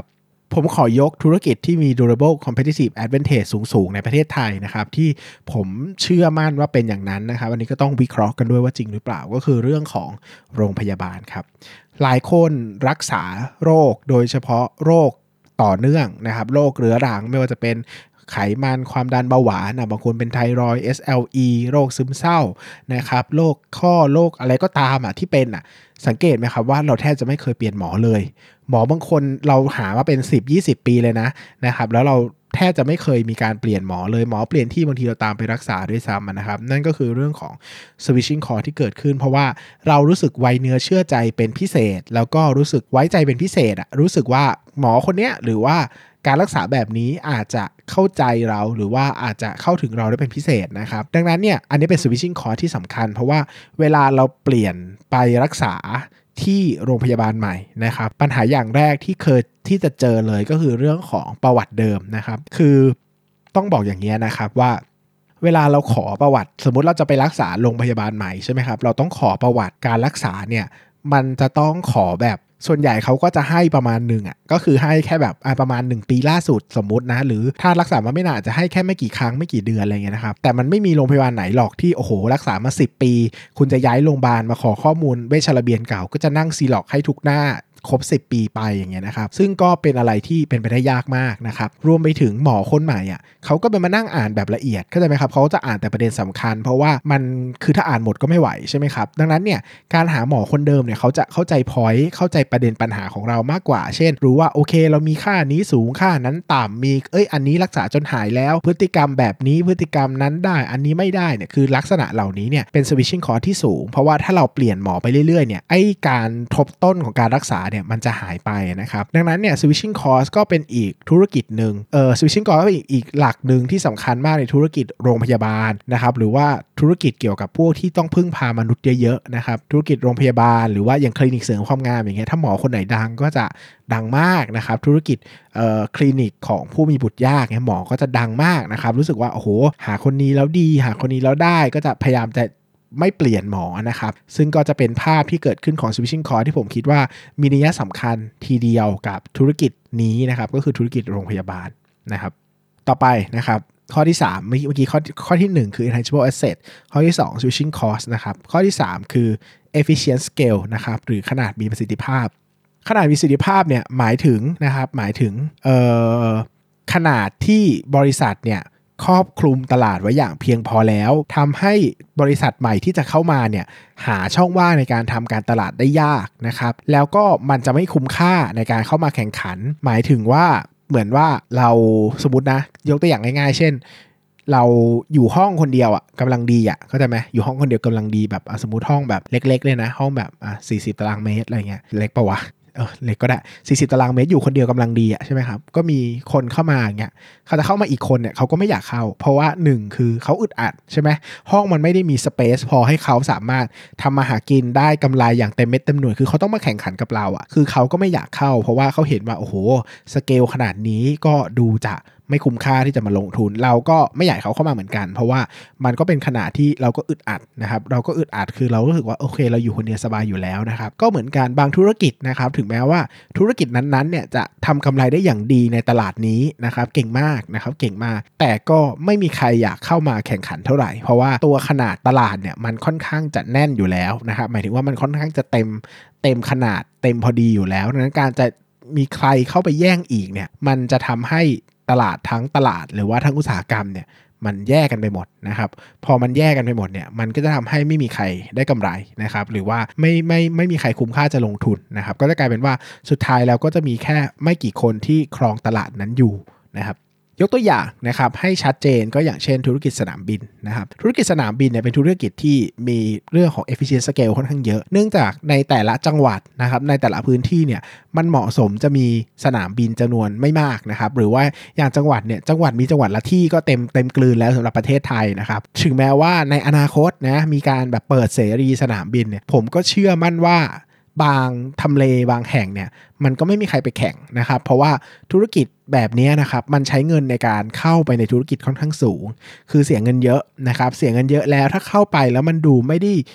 ผมขอยกธุรกิจที่มี durable competitive advantage สูงๆในประเทศไทยนะครับที่ผมเชื่อมั่นว่าเป็นอย่างนั้นนะครับอันนี้ก็ต้องวิเคราะห์กันด้วยว่าจริงหรือเปล่าก็คือเรื่องของโรงพยาบาลครับหลายคนรักษาโรคโดยเฉพาะโรคต่อเนื่องนะครับโรคเรื้อรังไม่ว่าจะเป็นไขมันความดันเบาหวานบางคนเป็นไทรอยด์ SLE โรคซึมเศร้านะครับโรคข้อโรคอะไรก็ตามที่เป็นสังเกตไหมครับว่าเราแทบจะไม่เคยเปลี่ยนหมอเลยหมอบางคนเราหามาเป็น10-20 ปีเลยนะครับแล้วเราแทบจะไม่เคยมีการเปลี่ยนหมอเลยหมอเปลี่ยนที่บางทีเราตามไปรักษาด้วยซ้ำนะครับนั่นก็คือเรื่องของ switching cost ที่เกิดขึ้นเพราะว่าเรารู้สึกไว้เนื้อเชื่อใจเป็นพิเศษแล้วก็รู้สึกไว้ใจเป็นพิเศษรู้สึกว่าหมอคนเนี้ยหรือว่าการรักษาแบบนี้อาจจะเข้าใจเราหรือว่าอาจจะเข้าถึงเราได้เป็นพิเศษนะครับดังนั้นเนี่ยอันนี้เป็น switching cost ที่สำคัญเพราะว่าเวลาเราเปลี่ยนไปรักษาที่โรงพยาบาลใหม่นะครับปัญหาอย่างแรกที่จะเจอเลยก็คือเรื่องของประวัติเดิมนะครับคือต้องบอกอย่างนี้นะครับว่าเวลาเราขอประวัติสมมุติเราจะไปรักษาโรงพยาบาลใหม่ใช่ไหมครับเราต้องขอประวัติการรักษาเนี่ยมันจะต้องขอแบบส่วนใหญ่เขาก็จะให้ประมาณหนึ่งก็คือให้แค่แบบประมาณ1ปีล่าสุดสมมุตินะหรือถ้ารักษามาไม่นานจะให้แค่ไม่กี่ครั้งไม่กี่เดือนอะไรเงี้ยนะครับแต่มันไม่มีโรงพยาบาลไหนหรอกที่โอ้โหรักษามา10 ปีคุณจะย้ายโรงพยาบาลมาขอข้อมูลเวชระเบียนเก่าก็จะนั่งซีล็อกให้ทุกหน้าครบ10 ปีไปอย่างเงี้ยนะครับซึ่งก็เป็นอะไรที่เป็นไปได้ยากมากนะครับรวมไปถึงหมอคนใหม่เขาก็เป็นมานั่งอ่านแบบละเอียดเข้าใจไหมครับเขาจะอ่านแต่ประเด็นสำคัญเพราะว่ามันคือถ้าอ่านหมดก็ไม่ไหวใช่ไหมครับดังนั้นเนี่ยการหาหมอคนเดิมเนี่ยเขาจะเข้าใจพอยต์เข้าใจประเด็นปัญหาของเรามากกว่าเช่นรู้ว่าโอเคเรามีค่านี้สูงค่านั้นต่ำมีอันนี้รักษาจนหายแล้วพฤติกรรมแบบนี้พฤติกรรมนั้นได้อันนี้ไม่ได้เนี่ยคือลักษณะเหล่านี้เนี่ยเป็น switching cost ที่สูงเพราะว่าถ้าเราเปลี่ยนหมอไปเรื่อยๆเนี่ยการทบต้นของการรักษาเนี่ยมันจะหายไปนะครับดังนั้นเนี่ย switching cost ก็เป็นอีกธุรกิจหนึ่งswitching cost ก็เป็นอีกหลักหนึ่งที่สำคัญมากในธุรกิจโรงพยาบาลนะครับหรือว่าธุรกิจเกี่ยวกับพวกที่ต้องพึ่งพามนุษย์เยอะๆนะครับธุรกิจโรงพยาบาลหรือว่าอย่างคลินิกเสริมความงามอย่างเงี้ยถ้าหมอคนไหนดังก็จะดังมากนะครับธุรกิจคลินิกของผู้มีบุตรยากเนี่ยหมอก็จะดังมากนะครับรู้สึกว่าโอ้โหหาคนนี้แล้วดีหาคนนี้แล้วได้ก็จะพยายามจะไม่เปลี่ยนหมอนะครับซึ่งก็จะเป็นภาพที่เกิดขึ้นของ switching cost ที่ผมคิดว่ามีนัยสำคัญทีเดียวกับธุรกิจนี้นะครับก็คือธุรกิจโรงพยาบาลนะครับต่อไปนะครับข้อที่3เมื่อกี้ข้อที่1คือ intangible asset ข้อที่2 switching cost นะครับข้อที่3คือ efficient scale นะครับหรือขนาดมีประสิทธิภาพขนาดมีประสิทธิภาพเนี่ยหมายถึงขนาดที่บริษัทเนี่ยครอบคลุมตลาดไว้อย่างเพียงพอแล้วทำให้บริษัทใหม่ที่จะเข้ามาเนี่ยหาช่องว่างในการทำการตลาดได้ยากนะครับแล้วก็มันจะไม่คุ้มค่าในการเข้ามาแข่งขันหมายถึงว่าเหมือนว่าเราสมมตินะยกตัวอย่างง่ายๆเช่นเราอยู่ห้องคนเดียวกำลังดีเข้าใจไหมอยู่ห้องคนเดียวกำลังดีแบบสมมติห้องแบบเล็กๆเลยนะห้องแบบ40 ตารางเมตรอะไรเงี้ยเล็กปะวะเล็กก็ได้40 ตารางเมตรอยู่คนเดียวกำลังดีใช่ไหมครับก็มีคนเข้ามาอย่างเงี้ยเขาจะเข้ามาอีกคนเนี่ยเขาก็ไม่อยากเข้าเพราะว่า1คือเขาอึดอัดใช่ไหมห้องมันไม่ได้มีสเปซพอให้เขาสามารถทำมาหากินได้กำไรอย่างเต็มเม็ดเต็มหน่วยคือเขาต้องมาแข่งขันกับเราคือเขาก็ไม่อยากเข้าเพราะว่าเขาเห็นว่าโอ้โหสเกลขนาดนี้ก็ดูจะไม่คุ้มค่าที่จะมาลงทุนเราก็ไม่อยากเขาเข้ามาเหมือนกันเพราะว่ามันก็เป็นขนาดที่เราก็อึดอัดนะครับเราก็อึดอัดคือเรารู้สึกว่าโอเคเราอยู่คนเดียวสบายอยู่แล้วนะครับก็เหมือนกันบางธุรกิจนะครับถึงแม้ว่าธุรกิจนั้นๆเนี่ยจะทำกำไรได้อย่างดีในตลาดนี้นะครับเก่งมากนะครับเก่งมากแต่ก็ไม่มีใครอยากเข้ามาแข่งขันเท่าไหร่เพราะว่าตัวขนาดตลาดเนี่ยมันค่อนข้างจะแน่นอยู่แล้วนะครับหมายถึงว่ามันค่อนข้างจะเต็มขนาดเต็มพอดีอยู่แล้วดังนั้นการจะมีใครเข้าไปแย่งอีกเนี่ยมันจะทำให้ตลาดทั้งตลาดหรือว่าทั้งอุตสาหกรรมเนี่ยมันแยกกันไปหมดนะครับพอมันแยกกันไปหมดเนี่ยมันก็จะทำให้ไม่มีใครได้กำไรนะครับหรือว่าไม่มีใครคุ้มค่าจะลงทุนนะครับก็จะกลายเป็นว่าสุดท้ายแล้วก็จะมีแค่ไม่กี่คนที่ครองตลาดนั้นอยู่นะครับยกตัวอย่างนะครับให้ชัดเจนก็อย่างเช่นธุรกิจสนามบินนะครับธุรกิจสนามบินเนี่ยเป็นธุรกิจที่มีเรื่องของ efficient scale ค่อนข้างเยอะเนื่องจากในแต่ละจังหวัดนะครับในแต่ละพื้นที่เนี่ยมันเหมาะสมจะมีสนามบินจำนวนไม่มากนะครับหรือว่าอย่างจังหวัดมีจังหวัดละที่ก็เต็มกลืนแล้วสำหรับประเทศไทยนะครับถึงแม้ว่าในอนาคตนะมีการแบบเปิดเสรีสนามบินเนี่ยผมก็เชื่อมั่นว่าบางทำเลบางแห่งเนี่ยมันก็ไม่มีใครไปแข่งนะครับเพราะว่าธุรกิจแบบนี้นะครับมันใช้เงินในการเข้าไปในธุรกิจค่อนข้างสูงคือเสียเงินเยอะนะครับเสียเงินเยอะแล้วถ้าเข้าไปแล้วมันดูไม่ได้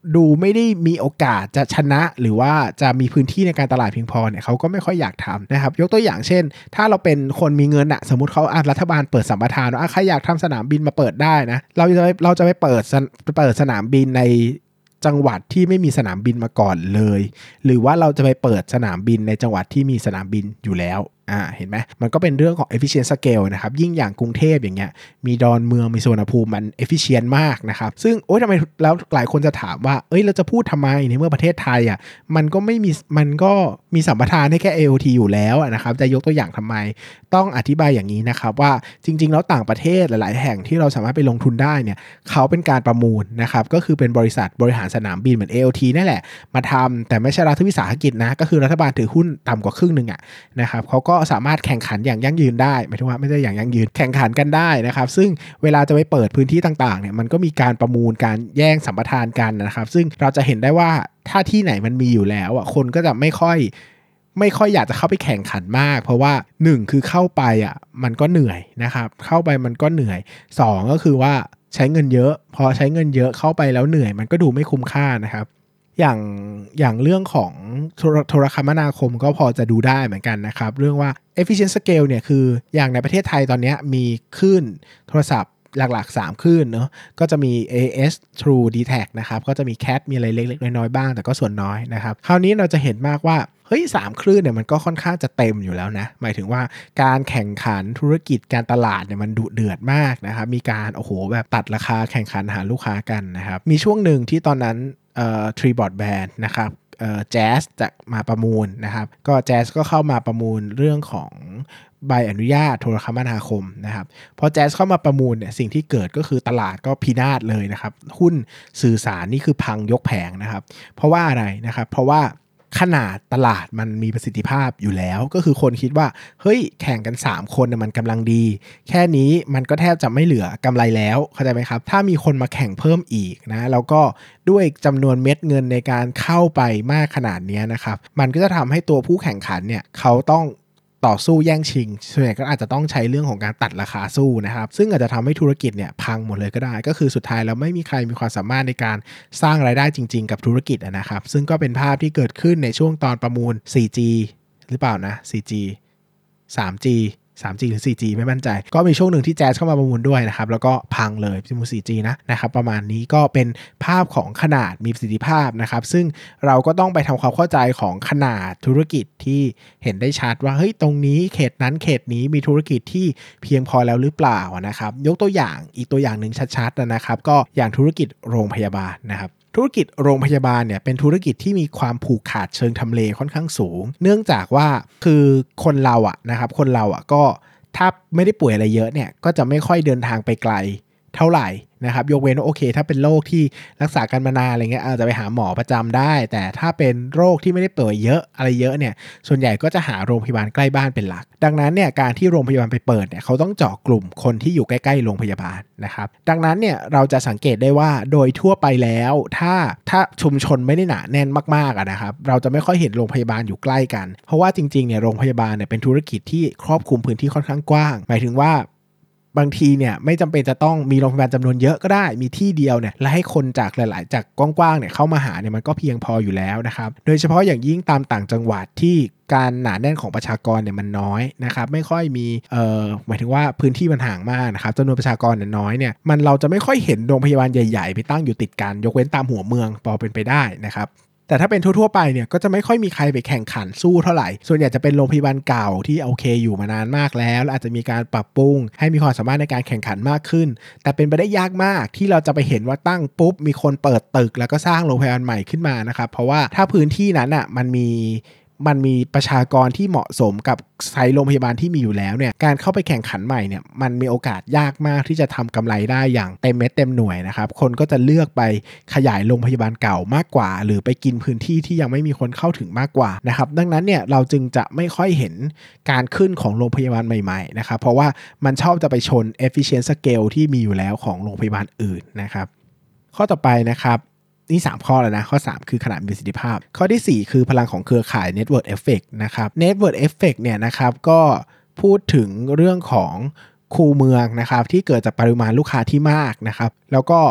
ดูไม่ได้มีโอกาสจะชนะหรือว่าจะมีพื้นที่ในการตลาดเพียงพอเนี่ยเขาก็ไม่ค่อยอยากทำนะครับยกตัวอย่างเช่นถ้าเราเป็นคนมีเงินสมมุติเขารัฐบาลเปิดสัมปทานว่าใครอยากทำสนามบินมาเปิดได้นะเราจะไปเปิดสนามบินในจังหวัดที่ไม่มีสนามบินมาก่อนเลยหรือว่าเราจะไปเปิดสนามบินในจังหวัดที่มีสนามบินอยู่แล้วเห็นไหมมันก็เป็นเรื่องของ efficient scale นะครับยิ่งอย่างกรุงเทพอย่างเงี้ยมีดอนเมืองมีสุวรรณภูมิมัน efficient มากนะครับซึ่งทำไมแล้วหลายคนจะถามว่าเราจะพูดทำไมในเมื่อประเทศไทยมันก็มีสัมปทานให้แค่ AOT อยู่แล้วนะครับจะยกตัวอย่างทำไมต้องอธิบายอย่างนี้นะครับว่าจริงๆแล้วต่างประเทศหลายๆแห่งที่เราสามารถไปลงทุนได้เนี่ยเขาเป็นการประมูลนะครับก็คือเป็นบริษัทบริหารสนามบินเหมือน AOT นั่นแหละมาทำแต่ไม่ใช่รัฐวิสาหกิจนะก็คือรัฐบาลถือหุ้นต่ำกว่าครึ่งนึงนะครับเขาก็สามารถแข่งขันอย่างยั่งยืนได้หมายถึงว่าไม่ใช่อย่างยั่งยืนแข่งขันกันได้นะครับซึ่งเวลาจะไปเปิดพื้นที่ต่างๆเนี่ยมันก็มีการประมูลการแย่งสัมปทานกันนะครับซึ่งเราจะเห็นได้ว่าถ้าที่ไหนมันมีอยู่แล้วคนก็จะไม่ค่อยอยากจะเข้าไปแข่งขันมากเพราะว่า1คือเข้าไปมันก็เหนื่อยนะครับเข้าไปมันก็เหนื่อย2ก็คือว่าใช้เงินเยอะพอใช้เงินเยอะเข้าไปแล้วเหนื่อยมันก็ดูไม่คุ้มค่านะครับอย่างเรื่องของโทรคมนาคมก็พอจะดูได้เหมือนกันนะครับเรื่องว่า efficient scale เนี่ยคืออย่างในประเทศไทยตอนนี้มีคลื่นโทรศัพท์หลักๆ3คลื่นเนาะก็จะมี AS True DTAC นะครับก็จะมี CAT มีอะไรเล็กๆน้อยๆบ้างแต่ก็ส่วนน้อยนะครับคราวนี้เราจะเห็นมากว่า3คลื่นเนี่ยมันก็ค่อนข้างจะเต็มอยู่แล้วนะหมายถึงว่าการแข่งขันธุรกิจการตลาดเนี่ยมันดุเดือดมากนะครับมีการแบบตัดราคาแข่งขันหาลูกค้ากันนะครับมีช่วงหนึ่งที่ตอนนั้นTree Broadband นะครับแจ๊สจะมาประมูลนะครับก็แจ๊สก็เข้ามาประมูลเรื่องของใบอนุญาตโทรคมนาคมนะครับพอแจ๊สเข้ามาประมูลเนี่ยสิ่งที่เกิดก็คือตลาดก็พินาศเลยนะครับหุ้นสื่อสารนี่คือพังยกแผงนะครับเพราะว่าอะไรนะครับเพราะว่าขนาดตลาดมันมีประสิทธิภาพอยู่แล้วก็คือคนคิดว่าแข่งกัน3คนมันกำลังดีแค่นี้มันก็แทบจะไม่เหลือกำไรแล้วเข้าใจไหมครับถ้ามีคนมาแข่งเพิ่มอีกนะแล้วก็ด้วยจำนวนเม็ดเงินในการเข้าไปมากขนาดนี้นะครับมันก็จะทำให้ตัวผู้แข่งขันเนี่ยเขาต้องต่อสู้แย่งชิงส่วนใหญ่ก็อาจจะต้องใช้เรื่องของการตัดราคาสู้นะครับซึ่งอาจจะทำให้ธุรกิจเนี่ยพังหมดเลยก็ได้ก็คือสุดท้ายแล้วไม่มีใครมีความสามารถในการสร้างรายได้จริงๆกับธุรกิจนะครับซึ่งก็เป็นภาพที่เกิดขึ้นในช่วงตอนประมูล 4G หรือเปล่านะ 4G 3G หรือ 4G ไม่มั่นใจก็มีช่วงหนึ่งที่แจ๊สเข้ามาประมูลด้วยนะครับแล้วก็พังเลยประมูล 4G นะครับประมาณนี้ก็เป็นภาพของขนาดมีประสิทธิภาพนะครับซึ่งเราก็ต้องไปทำความเข้าใจของขนาดธุรกิจที่เห็นได้ชัดว่าตรงนี้เขตนั้นเขตนี้มีธุรกิจที่เพียงพอแล้วหรือเปล่านะครับยกตัวอย่างอีกตัวอย่างหนึ่งชัดๆนะครับก็อย่างธุรกิจโรงพยาบาลนะครับธุรกิจโรงพยาบาลเนี่ยเป็นธุรกิจที่มีความผูกขาดเชิงทำเลค่อนข้างสูงเนื่องจากว่าคือคนเรานะครับคนเราก็ถ้าไม่ได้ป่วยอะไรเยอะเนี่ยก็จะไม่ค่อยเดินทางไปไกลเท่าไหร่นะครับยกเว้นว่าโอเคถ้าเป็นโรคที่รักษากันมานานอะไรเงี้ยอาจจะไปหาหมอประจำได้แต่ถ้าเป็นโรคที่ไม่ได้ป่วยเยอะอะไรเยอะเนี่ยส่วนใหญ่ก็จะหาโรงพยาบาลใกล้บ้านเป็นหลักดังนั้นเนี่ยการที่โรงพยาบาลไปเปิดเนี่ยเขาต้องเจาะกลุ่มคนที่อยู่ใกล้ๆโรงพยาบาลนะครับดังนั้นเนี่ยเราจะสังเกตได้ว่าโดยทั่วไปแล้วถ้าชุมชนไม่ได้หนาแน่นมากๆนะครับเราจะไม่ค่อยเห็นโรงพยาบาลอยู่ใกล้กันเพราะว่าจริงๆเนี่ยโรงพยาบาลเนี่ยเป็นธุรกิจที่ครอบคลุมพื้นที่ค่อนข้างกว้างหมายถึงว่าบางทีเนี่ยไม่จำเป็นจะต้องมีโรงพยาบาลจำนวนเยอะก็ได้มีที่เดียวเนี่ยและให้คนจากหลายๆจากกว้างๆเนี่ยเข้ามาหาเนี่ยมันก็เพียงพออยู่แล้วนะครับโดยเฉพาะอย่างยิ่งตามต่างจังหวัดที่การหนาแน่นของประชากรเนี่ยมันน้อยนะครับไม่ค่อยมีหมายถึงว่าพื้นที่มันห่างมากนะครับจำนวนประชากรเนี่ยน้อยเนี่ยเราจะไม่ค่อยเห็นโรงพยาบาลใหญ่ๆไปตั้งอยู่ติดกันยกเว้นตามหัวเมืองพอเป็นไปได้นะครับแต่ถ้าเป็นทั่วๆไปเนี่ยก็จะไม่ค่อยมีใครไปแข่งขันสู้เท่าไหร่ส่วนใหญ่จะเป็นโรงพยาบาลเก่าที่โอเคอยู่มานานมากแล้วอาจจะมีการปรับปรุงให้มีความสามารถในการแข่งขันมากขึ้นแต่เป็นไปได้ยากมากที่เราจะไปเห็นว่าตั้งปุ๊บมีคนเปิดตึกแล้วก็สร้างโรงพยาบาลใหม่ขึ้นมานะครับเพราะว่าถ้าพื้นที่นั้นมันมีประชากรที่เหมาะสมกับไซส์โรงพยาบาลที่มีอยู่แล้วเนี่ยการเข้าไปแข่งขันใหม่เนี่ยมันมีโอกาสยากมากที่จะทำกำไรได้อย่างเต็มเม็ดเต็มหน่วยนะครับคนก็จะเลือกไปขยายโรงพยาบาลเก่ามากกว่าหรือไปกินพื้นที่ที่ยังไม่มีคนเข้าถึงมากกว่านะครับดังนั้นเนี่ยเราจึงจะไม่ค่อยเห็นการขึ้นของโรงพยาบาลใหม่ๆนะครับเพราะว่ามันชอบจะไปชน efficient scale ที่มีอยู่แล้วของโรงพยาบาลอื่นนะครับข้อต่อไปนะครับนี่3ข้อแล้วนะข้อ3คือขนาดมีประสิทธิภาพข้อที่4คือพลังของเครือข่าย Network Effect นะครับ Network Effect เนี่ยนะครับก็พูดถึงเรื่องของคูเมืองนะครับที่เกิดจากปริมาณลูกค้าที่มากนะครับแล้วก็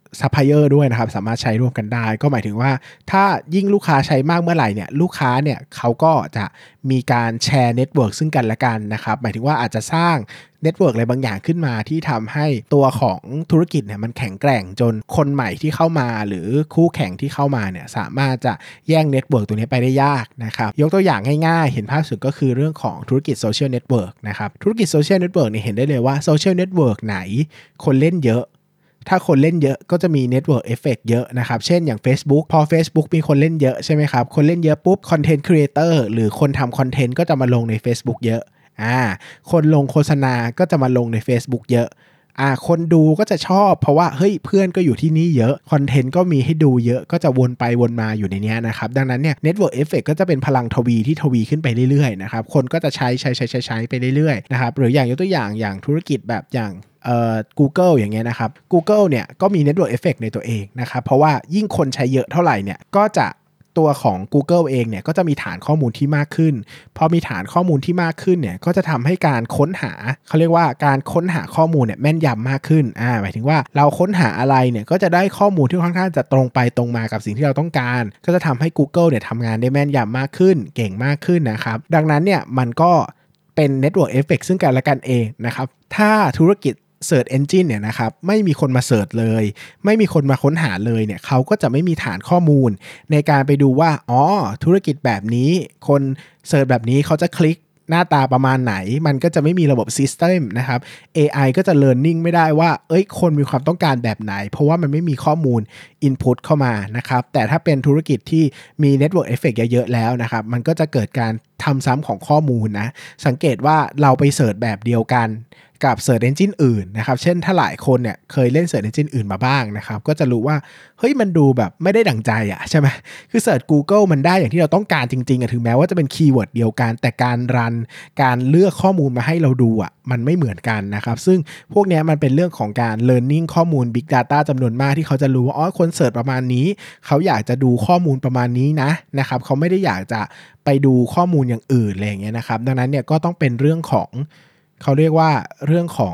ซัพพลายเออร์ด้วยนะครับสามารถใช้ร่วมกันได้ก็หมายถึงว่าถ้ายิ่งลูกค้าใช้มากเมื่อไหร่เนี่ยลูกค้าเนี่ยเขาก็จะมีการแชร์เน็ตเวิร์กซึ่งกันและกันนะครับหมายถึงว่าอาจจะสร้างเน็ตเวิร์กอะไรบางอย่างขึ้นมาที่ทำให้ตัวของธุรกิจเนี่ยมันแข็งแกร่งจนคนใหม่ที่เข้ามาหรือคู่แข่งที่เข้ามาเนี่ยสามารถจะแย่งเน็ตเวิร์กตัวนี้ไปได้ยากนะครับยกตัวอย่างง่ายๆเห็นภาพสุดก็คือเรื่องของธุรกิจโซเชียลเน็ตเวิร์กนะครับธุรกิจโซเชียลเน็ตเวิร์กเนี่ยเห็นได้เลยว่าโซเชียลเน็ตเวิร์กไหนคนเล่นเยอะถ้าคนเล่นเยอะก็จะมี Network Effect เยอะนะครับเช่นอย่าง Facebook พอ Facebook มีคนเล่นเยอะใช่ไหมครับคนเล่นเยอะปุ๊บ Content Creator หรือคนทำคอนเทนต์ก็จะมาลงใน Facebook เยอะคนลงโฆษณาก็จะมาลงใน Facebook เยอะคนดูก็จะชอบเพราะว่าเฮ้ยเพื่อนก็อยู่ที่นี่เยอะคอนเทนต์ก็มีให้ดูเยอะก็จะวนไปวนมาอยู่ในนี้นะครับดังนั้นเนี่ย Network Effect ก็จะเป็นพลังทวีที่ทวีขึ้นไปเรื่อยๆนะครับคนก็จะใช้ไปเรื่อยๆนะครับหรืออย่างยกตัวอย่างธุรกิจแบบอย่างGoogle อย่างเงี้ยนะครับ Google เนี่ยก็มี Network Effect ในตัวเองนะครับเพราะว่ายิ่งคนใช้เยอะเท่าไหร่เนี่ยก็จะตัวของ Google เองเนี่ยก็จะมีฐานข้อมูลที่มากขึ้นพอมีฐานข้อมูลที่มากขึ้นเนี่ยก็จะทำให้การค้นหาเขาเรียกว่าการค้นหาข้อมูลเนี่ยแม่นยำมากขึ้นหมายถึงว่าเราค้นหาอะไรเนี่ยก็จะได้ข้อมูลที่ค่อนข้างจะตรงไปตรงมากับสิ่งที่เราต้องการก็จะทำให้ Google เนี่ยทำงานได้แม่นยำมากขึ้นเก่งมากขึ้นนะครับดังนั้นเนี่ยมันก็เป็น Network Effect ซึ่งกันและกันเองนะครับถ้าธุรกิจSearch Engine เนี่ยนะครับไม่มีคนมาเสิร์ชเลยไม่มีคนมาค้นหาเลยเนี่ยเขาก็จะไม่มีฐานข้อมูลในการไปดูว่าธุรกิจแบบนี้คนเสิร์ชแบบนี้เขาจะคลิกหน้าตาประมาณไหนมันก็จะไม่มีระบบ System นะครับ AI ก็จะ Learning ไม่ได้ว่าคนมีความต้องการแบบไหนเพราะว่ามันไม่มีข้อมูล Input เข้ามานะครับแต่ถ้าเป็นธุรกิจที่มี Network Effect เยอะๆแล้วนะครับมันก็จะเกิดการทำซ้ำของข้อมูลนะสังเกตว่าเราไปเสิร์ชแบบเดียวกันกับ Search Engine อื่นนะครับเช่นถ้าหลายคนเนี่ยเคยเล่น Search Engine อื่นมาบ้างนะครับก็จะรู้ว่าเฮ้ยมันดูแบบไม่ได้ดั่งใจใช่ไหมคือ Search Google มันได้อย่างที่เราต้องการจริงๆถึงแม้ว่าจะเป็นคีย์เวิร์ดเดียวกันแต่การรันการเลือกข้อมูลมาให้เราดูมันไม่เหมือนกันนะครับซึ่งพวกนี้มันเป็นเรื่องของการ learning ข้อมูล Big Data จำนวนมากที่เขาจะรู้ว่าคนเสิร์ชประมาณนี้เขาอยากจะดูข้อมูลประมาณนี้นะครับเขาไม่ได้อยากจะไปดูข้อมูลอย่างอื่นอะไรอย่างเงี้ยนะครับดังนั้นเนี่ยก็ต้องเป็นเรื่องของเขาเรียกว่าเรื่องของ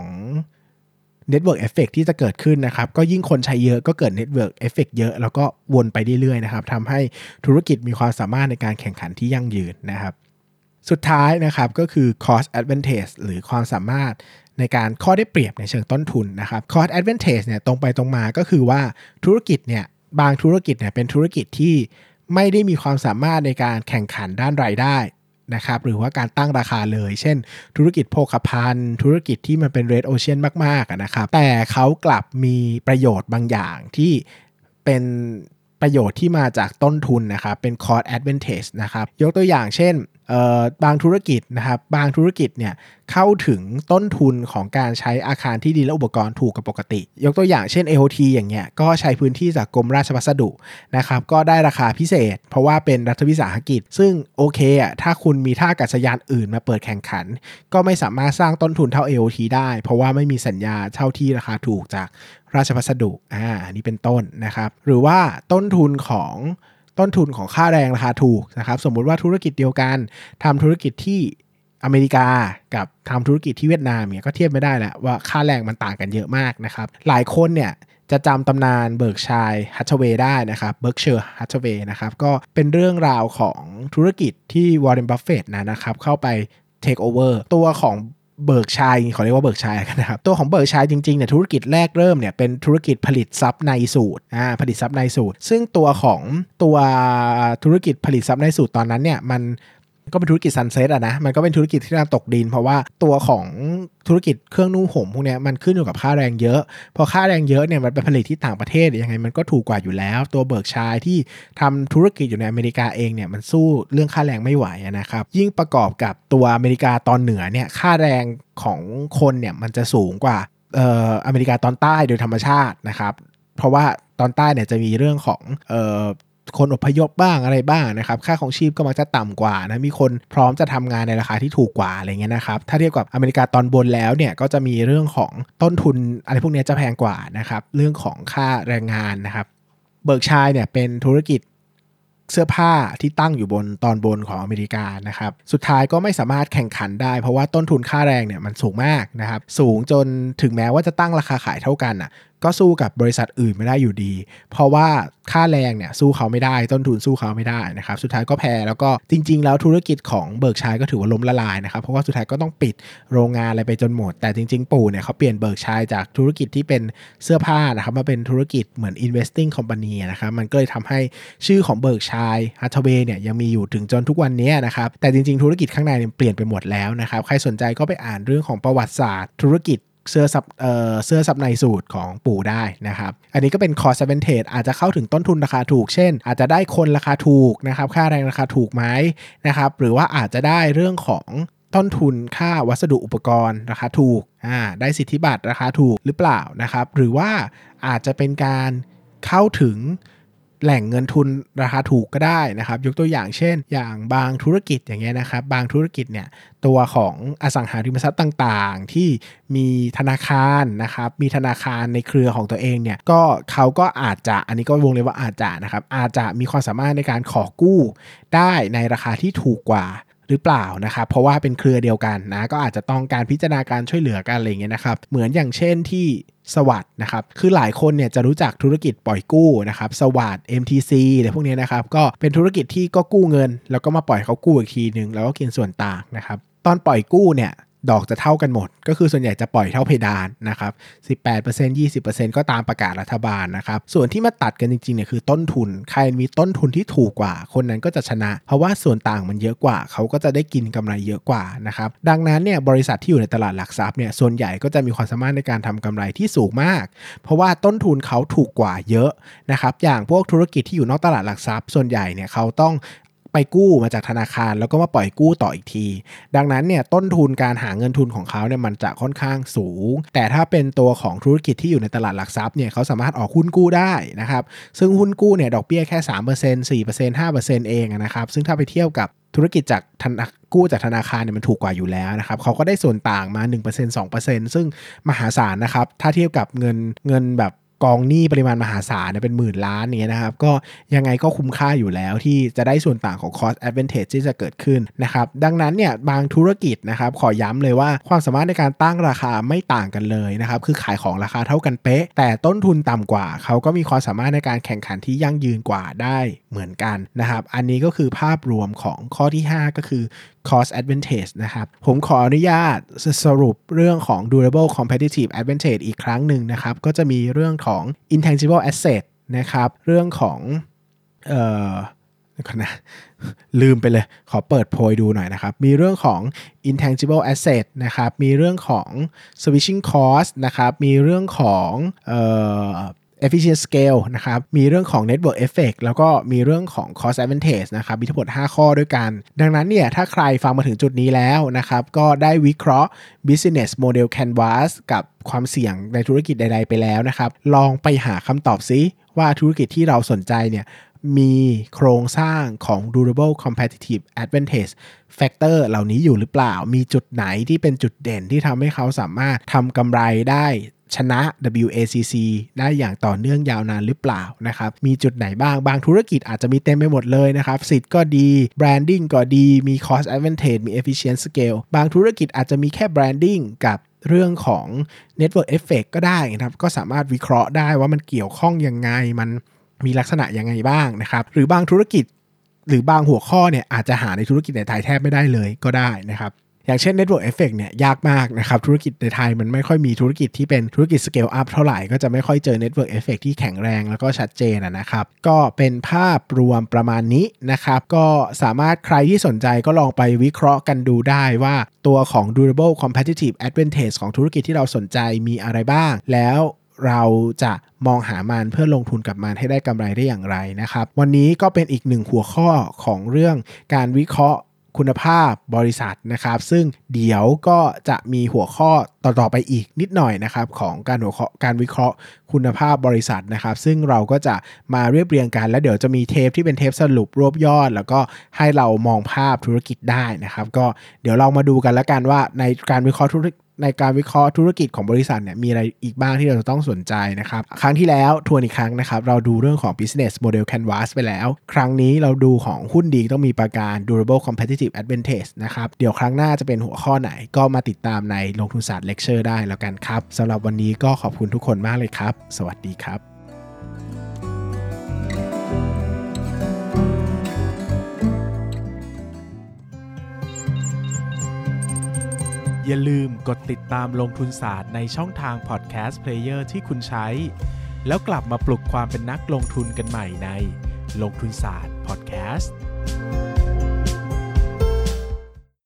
Network Effect ที่จะเกิดขึ้นนะครับก็ยิ่งคนใช้เยอะก็เกิด Network Effect เยอะแล้วก็วนไปเรื่อยๆนะครับทำให้ธุรกิจมีความสามารถในการแข่งขันที่ยั่งยืนนะครับสุดท้ายนะครับก็คือ cost advantage หรือความสามารถในการข้อได้เปรียบในเชิงต้นทุนนะครับ cost advantage เนี่ยตรงไปตรงมาก็คือว่าธุรกิจเนี่ยบางธุรกิจเนี่ยเป็นธุรกิจที่ไม่ได้มีความสามารถในการแข่งขันด้านรายได้นะครับหรือว่าการตั้งราคาเลยเช่นธุรกิจโภคภัณฑ์ธุรกิจที่มันเป็น Red Ocean มากๆนะครับแต่เขากลับมีประโยชน์บางอย่างที่เป็นประโยชน์ที่มาจากต้นทุนนะครับเป็น cost advantage นะครับยกตัวอย่างเช่นบางธุรกิจนะครับบางธุรกิจเนี่ยเข้าถึงต้นทุนของการใช้อาคารที่ดินและอุปกรณ์ถูกกว่าปกติยกตัวอย่างเช่น AOT อย่างเงี้ยก็ใช้พื้นที่จากกรมราชพัสดุนะครับก็ได้ราคาพิเศษเพราะว่าเป็นรัฐวิสาหกิจซึ่งโอเคถ้าคุณมีท่าอากาศยานอื่นมาเปิดแข่งขันก็ไม่สามารถสร้างต้นทุนเท่า AOT ได้เพราะว่าไม่มีสัญญาเช่าที่ราคาถูกจากราชพัสดุอันนี้เป็นต้นนะครับหรือว่าต้นทุนของค่าแรงราคาถูกนะครับสมมุติว่าธุรกิจเดียวกันทำธุรกิจที่อเมริกากับทำธุรกิจที่เวียดนามเนี่ยก็เทียบไม่ได้แหละว่าค่าแรงมันต่างกันเยอะมากนะครับหลายคนเนี่ยจะจำตำนานเบิร์กชัยฮัตเชเวย์ได้นะครับเบิร์กเชอร์ฮัตเชเวย์นะครับก็เป็นเรื่องราวของธุรกิจที่วอร์เรน บัฟเฟตต์นะครับเข้าไปเทคโอเวอร์ตัวของเบิร์กชัยขอเรียกว่าเบิร์กชัยกันนะครับตัวของเบิร์กชัยจริงๆเนี่ยธุรกิจแรกเริ่มเนี่ยเป็นธุรกิจผลิตทรัพย์ในสูตรผลิตทรัพย์ในสูตรซึ่งตัวธุรกิจผลิตทรัพย์ในสูตรตอนนั้นเนี่ยมันก็เป็นธุรกิจซันเซ็ตนะมันก็เป็นธุรกิจที่กำลังตกดินเพราะว่าตัวของธุรกิจเครื่องนุ่งห่มพวกนี้มันขึ้นอยู่กับค่าแรงเยอะพอค่าแรงเยอะเนี่ยมันไปผลิตที่ต่างประเทศยังไงมันก็ถูกกว่าอยู่แล้วตัวเบิร์กชัยที่ทำธุรกิจอยู่ในอเมริกาเองเนี่ยมันสู้เรื่องค่าแรงไม่ไหวนะครับยิ่งประกอบกับตัวอเมริกาตอนเหนือเนี่ยค่าแรงของคนเนี่ยมันจะสูงกว่าอเมริกาตอนใต้โดยธรรมชาตินะครับเพราะว่าตอนใต้เนี่ยจะมีเรื่องของคนอพยพบ้างอะไรบ้างนะครับค่าของชีพก็มักจะต่ำกว่านะมีคนพร้อมจะทำงานในราคาที่ถูกกว่าอะไรเงี้ยนะครับถ้าเทียบกับอเมริกาตอนบนแล้วเนี่ยก็จะมีเรื่องของต้นทุนอะไรพวกนี้จะแพงกว่านะครับเรื่องของค่าแรงงานนะครับเบิร์กชัยเนี่ยเป็นธุรกิจเสื้อผ้าที่ตั้งอยู่บนตอนบนของอเมริกานะครับสุดท้ายก็ไม่สามารถแข่งขันได้เพราะว่าต้นทุนค่าแรงเนี่ยมันสูงมากนะครับสูงจนถึงแม้ว่าจะตั้งราคาขายเท่ากันก็สู้กับบริษัทอื่นไม่ได้อยู่ดีเพราะว่าค่าแรงเนี่ยสู้เขาไม่ได้ต้นทุนสู้เขาไม่ได้นะครับสุดท้ายก็แพ้แล้วก็จริงๆแล้วธุรกิจของเบิร์กชัยก็ถือว่าล้มละลายนะครับเพราะว่าสุดท้ายก็ต้องปิดโรงงานอะไรไปจนหมดแต่จริงๆปู่เนี่ยเขาเปลี่ยนเบิร์กชัยจากธุรกิจที่เป็นเสื้อผ้านะครับมาเป็นธุรกิจเหมือน investing company นะครับมันก็เลยทำให้ชื่อของเบิร์กชัยฮัทเทเวย์เนี่ยยังมีอยู่ถึงจนทุกวันนี้นะครับแต่จริงๆธุรกิจข้างในเนี่ยเปลี่ยนไปหมดแล้วนะครับใครสนใจก็ไปอ่านเรื่องของประวัติศาสตร์ธุรกิจเสื้อซับในสูตรของปู่ได้นะครับอันนี้ก็เป็น cost advantage อาจจะเข้าถึงต้นทุนราคาถูกเช่นอาจจะได้คนราคาถูกนะครับค่าแรงราคาถูกไหมนะครับหรือว่าอาจจะได้เรื่องของต้นทุนค่าวัสดุอุปกรณ์ราคาถูกได้สิทธิบัตรราคาถูกหรือเปล่านะครับหรือว่าอาจจะเป็นการเข้าถึงแหล่งเงินทุนราคาถูกก็ได้นะครับยกตัวอย่างเช่นอย่างบางธุรกิจอย่างเงี้ยนะครับบางธุรกิจเนี่ยตัวของอสังหาริมทรัพย์ต่างๆที่มีธนาคารนะครับมีธนาคารในเครือของตัวเองเนี่ยก็เขาก็อาจจะอันนี้ก็วงเล็บว่าอาจจะนะครับอาจจะมีความสามารถในการขอกู้ได้ในราคาที่ถูกกว่าหรือเปล่านะครับเพราะว่าเป็นเครือเดียวกันนะก็อาจจะต้องการพิจารณาการช่วยเหลือกันอะไรอย่างเงี้ยนะครับเหมือนอย่างเช่นที่สวัสด์นะครับคือหลายคนเนี่ยจะรู้จักธุรกิจปล่อยกู้นะครับสวัสด์ MTC อะไรพวกนี้นะครับก็เป็นธุรกิจที่ก็กู้เงินแล้วก็มาปล่อยเขากู้อีกทีนึงแล้วก็กินส่วนต่างนะครับตอนปล่อยกู้เนี่ยดอกจะเท่ากันหมดก็คือส่วนใหญ่จะปล่อยเท่าเพดานนะครับ 18% 20% ก็ตามประกาศรัฐบาลนะครับส่วนที่มาตัดกันจริงๆเนี่ยคือต้นทุนใครมีต้นทุนที่ถูกกว่าคนนั้นก็จะชนะเพราะว่าส่วนต่างมันเยอะกว่าเขาก็จะได้กินกำไรเยอะกว่านะครับดังนั้นเนี่ยบริษัทที่อยู่ในตลาดหลักทรัพย์เนี่ยส่วนใหญ่ก็จะมีความสามารถในการทำกำไรที่สูงมากเพราะว่าต้นทุนเขาถูกกว่าเยอะนะครับอย่างพวกธุรกิจที่อยู่นอกตลาดหลักทรัพย์ส่วนใหญ่เนี่ยเขาต้องไปกู้มาจากธนาคารแล้วก็มาปล่อยกู้ต่ออีกทีดังนั้นเนี่ยต้นทุนการหาเงินทุนของเขาเนี่ยมันจะค่อนข้างสูงแต่ถ้าเป็นตัวของธุรกิจที่อยู่ในตลาดหลักทรัพย์เนี่ยเขาสามารถออกหุ้นกู้ได้นะครับซึ่งหุ้นกู้เนี่ยดอกเบี้ยแค่ 3% 4% 5% เองนะครับซึ่งถ้าไปเทียบกับธุรกิจจากกู้จากธนาคารเนี่ยมันถูกกว่าอยู่แล้วนะครับเขาก็ได้ส่วนต่างมา 1% 2% ซึ่งมหาศาลนะครับถ้าเทียบกับเงินแบบกองหนี้ปริมาณมหาศาลเนี่ยเป็นหมื่นล้านเนี่ยนะครับก็ยังไงก็คุ้มค่าอยู่แล้วที่จะได้ส่วนต่างของ cost advantage ที่จะเกิดขึ้นนะครับดังนั้นเนี่ยบางธุรกิจนะครับขอย้ำเลยว่าความสามารถในการตั้งราคาไม่ต่างกันเลยนะครับคือขายของราคาเท่ากันเป๊ะแต่ต้นทุนต่ำกว่าเขาก็มีความสามารถในการแข่งขันที่ยั่งยืนกว่าได้เหมือนกันนะครับอันนี้ก็คือภาพรวมของข้อที่5ก็คือcost advantage นะครับผมขออนุญาตสรุปเรื่องของ durable competitive advantage อีกครั้งหนึ่งนะครับก็จะมีเรื่องของ intangible asset นะครับเรื่องของนะลืมไปเลยขอเปิดโพยดูหน่อยนะครับมีเรื่องของ intangible asset นะครับมีเรื่องของ switching cost นะครับมีเรื่องของefficient scale นะครับมีเรื่องของ network effect แล้วก็มีเรื่องของ cost advantage นะครับมีทั้งหมด5ข้อด้วยกันดังนั้นเนี่ยถ้าใครฟังมาถึงจุดนี้แล้วนะครับก็ได้วิเคราะห์ business model canvas กับความเสี่ยงในธุรกิจใดๆไปแล้วนะครับลองไปหาคำตอบซิว่าธุรกิจที่เราสนใจเนี่ยมีโครงสร้างของ durable competitive advantage factor เหล่านี้อยู่หรือเปล่ามีจุดไหนที่เป็นจุดเด่นที่ทำให้เขาสามารถทำกำไรได้ชนะ WACC ได้อย่างต่อเนื่องยาวนานหรือเปล่านะครับมีจุดไหนบ้างบางธุรกิจอาจจะมีเต็มไปหมดเลยนะครับสิทธิ์ก็ดี branding ก็ดีมี cost advantage มี efficient scale บางธุรกิจอาจจะมีแค่ branding กับเรื่องของ network effect ก็ได้นะครับก็สามารถวิเคราะห์ได้ว่ามันเกี่ยวข้องยังไงมันมีลักษณะยังไงบ้างนะครับหรือบางธุรกิจหรือบางหัวข้อเนี่ยอาจจะหาในธุรกิจในไทยแทบไม่ได้เลยก็ได้นะครับอย่างเช่น Network Effect เนี่ยยากมากนะครับธุรกิจในไทยมันไม่ค่อยมีธุรกิจที่เป็นธุรกิจ Scale Up เท่าไหร่ก็จะไม่ค่อยเจอ Network Effect ที่แข็งแรงแล้วก็ชัดเจนนะครับก็เป็นภาพรวมประมาณนี้นะครับก็สามารถใครที่สนใจก็ลองไปวิเคราะห์กันดูได้ว่าตัวของ Durable Competitive Advantage ของธุรกิจที่เราสนใจมีอะไรบ้างแล้วเราจะมองหามันเพื่อลงทุนกับมันให้ได้กำไรได้อย่างไรนะครับวันนี้ก็เป็นอีกหนึ่งหัวข้อของเรื่องการวิเคราะห์คุณภาพบริษัทนะครับซึ่งเดี๋ยวก็จะมีหัวข้อต่อไปอีกนิดหน่อยนะครับของการวิเคราะห์คุณภาพบริษัทนะครับซึ่งเราก็จะมาเรียบเรียงกันแล้วเดี๋ยวจะมีเทปที่เป็นเทปสรุปรวบยอดแล้วก็ให้เรามองภาพธุรกิจได้นะครับก็เดี๋ยวเรามาดูกันแล้วกันว่าในการวิเคราะห์ในการวิเคราะห์ธุรกิจของบริษัทเนี่ยมีอะไรอีกบ้างที่เราจะต้องสนใจนะครับครั้งที่แล้วทวนอีกครั้งนะครับเราดูเรื่องของ business model canvas ไปแล้วครั้งนี้เราดูของหุ้นดีต้องมีประการ durable competitive advantage นะครับเดี๋ยวครั้งหน้าจะเป็นหัวข้อไหนก็มาติดตามในลงทุนศาสตร์เลคเชอร์ได้แล้วกันครับสำหรับวันนี้ก็ขอบคุณทุกคนมากเลยครับสวัสดีครับอย่าลืมกดติดตามลงทุนศาสตร์ในช่องทางพอดแคสต์เพลเยอร์ที่คุณใช้แล้วกลับมาปลุกความเป็นนักลงทุนกันใหม่ในลงทุนศาสตร์พอดแคสต์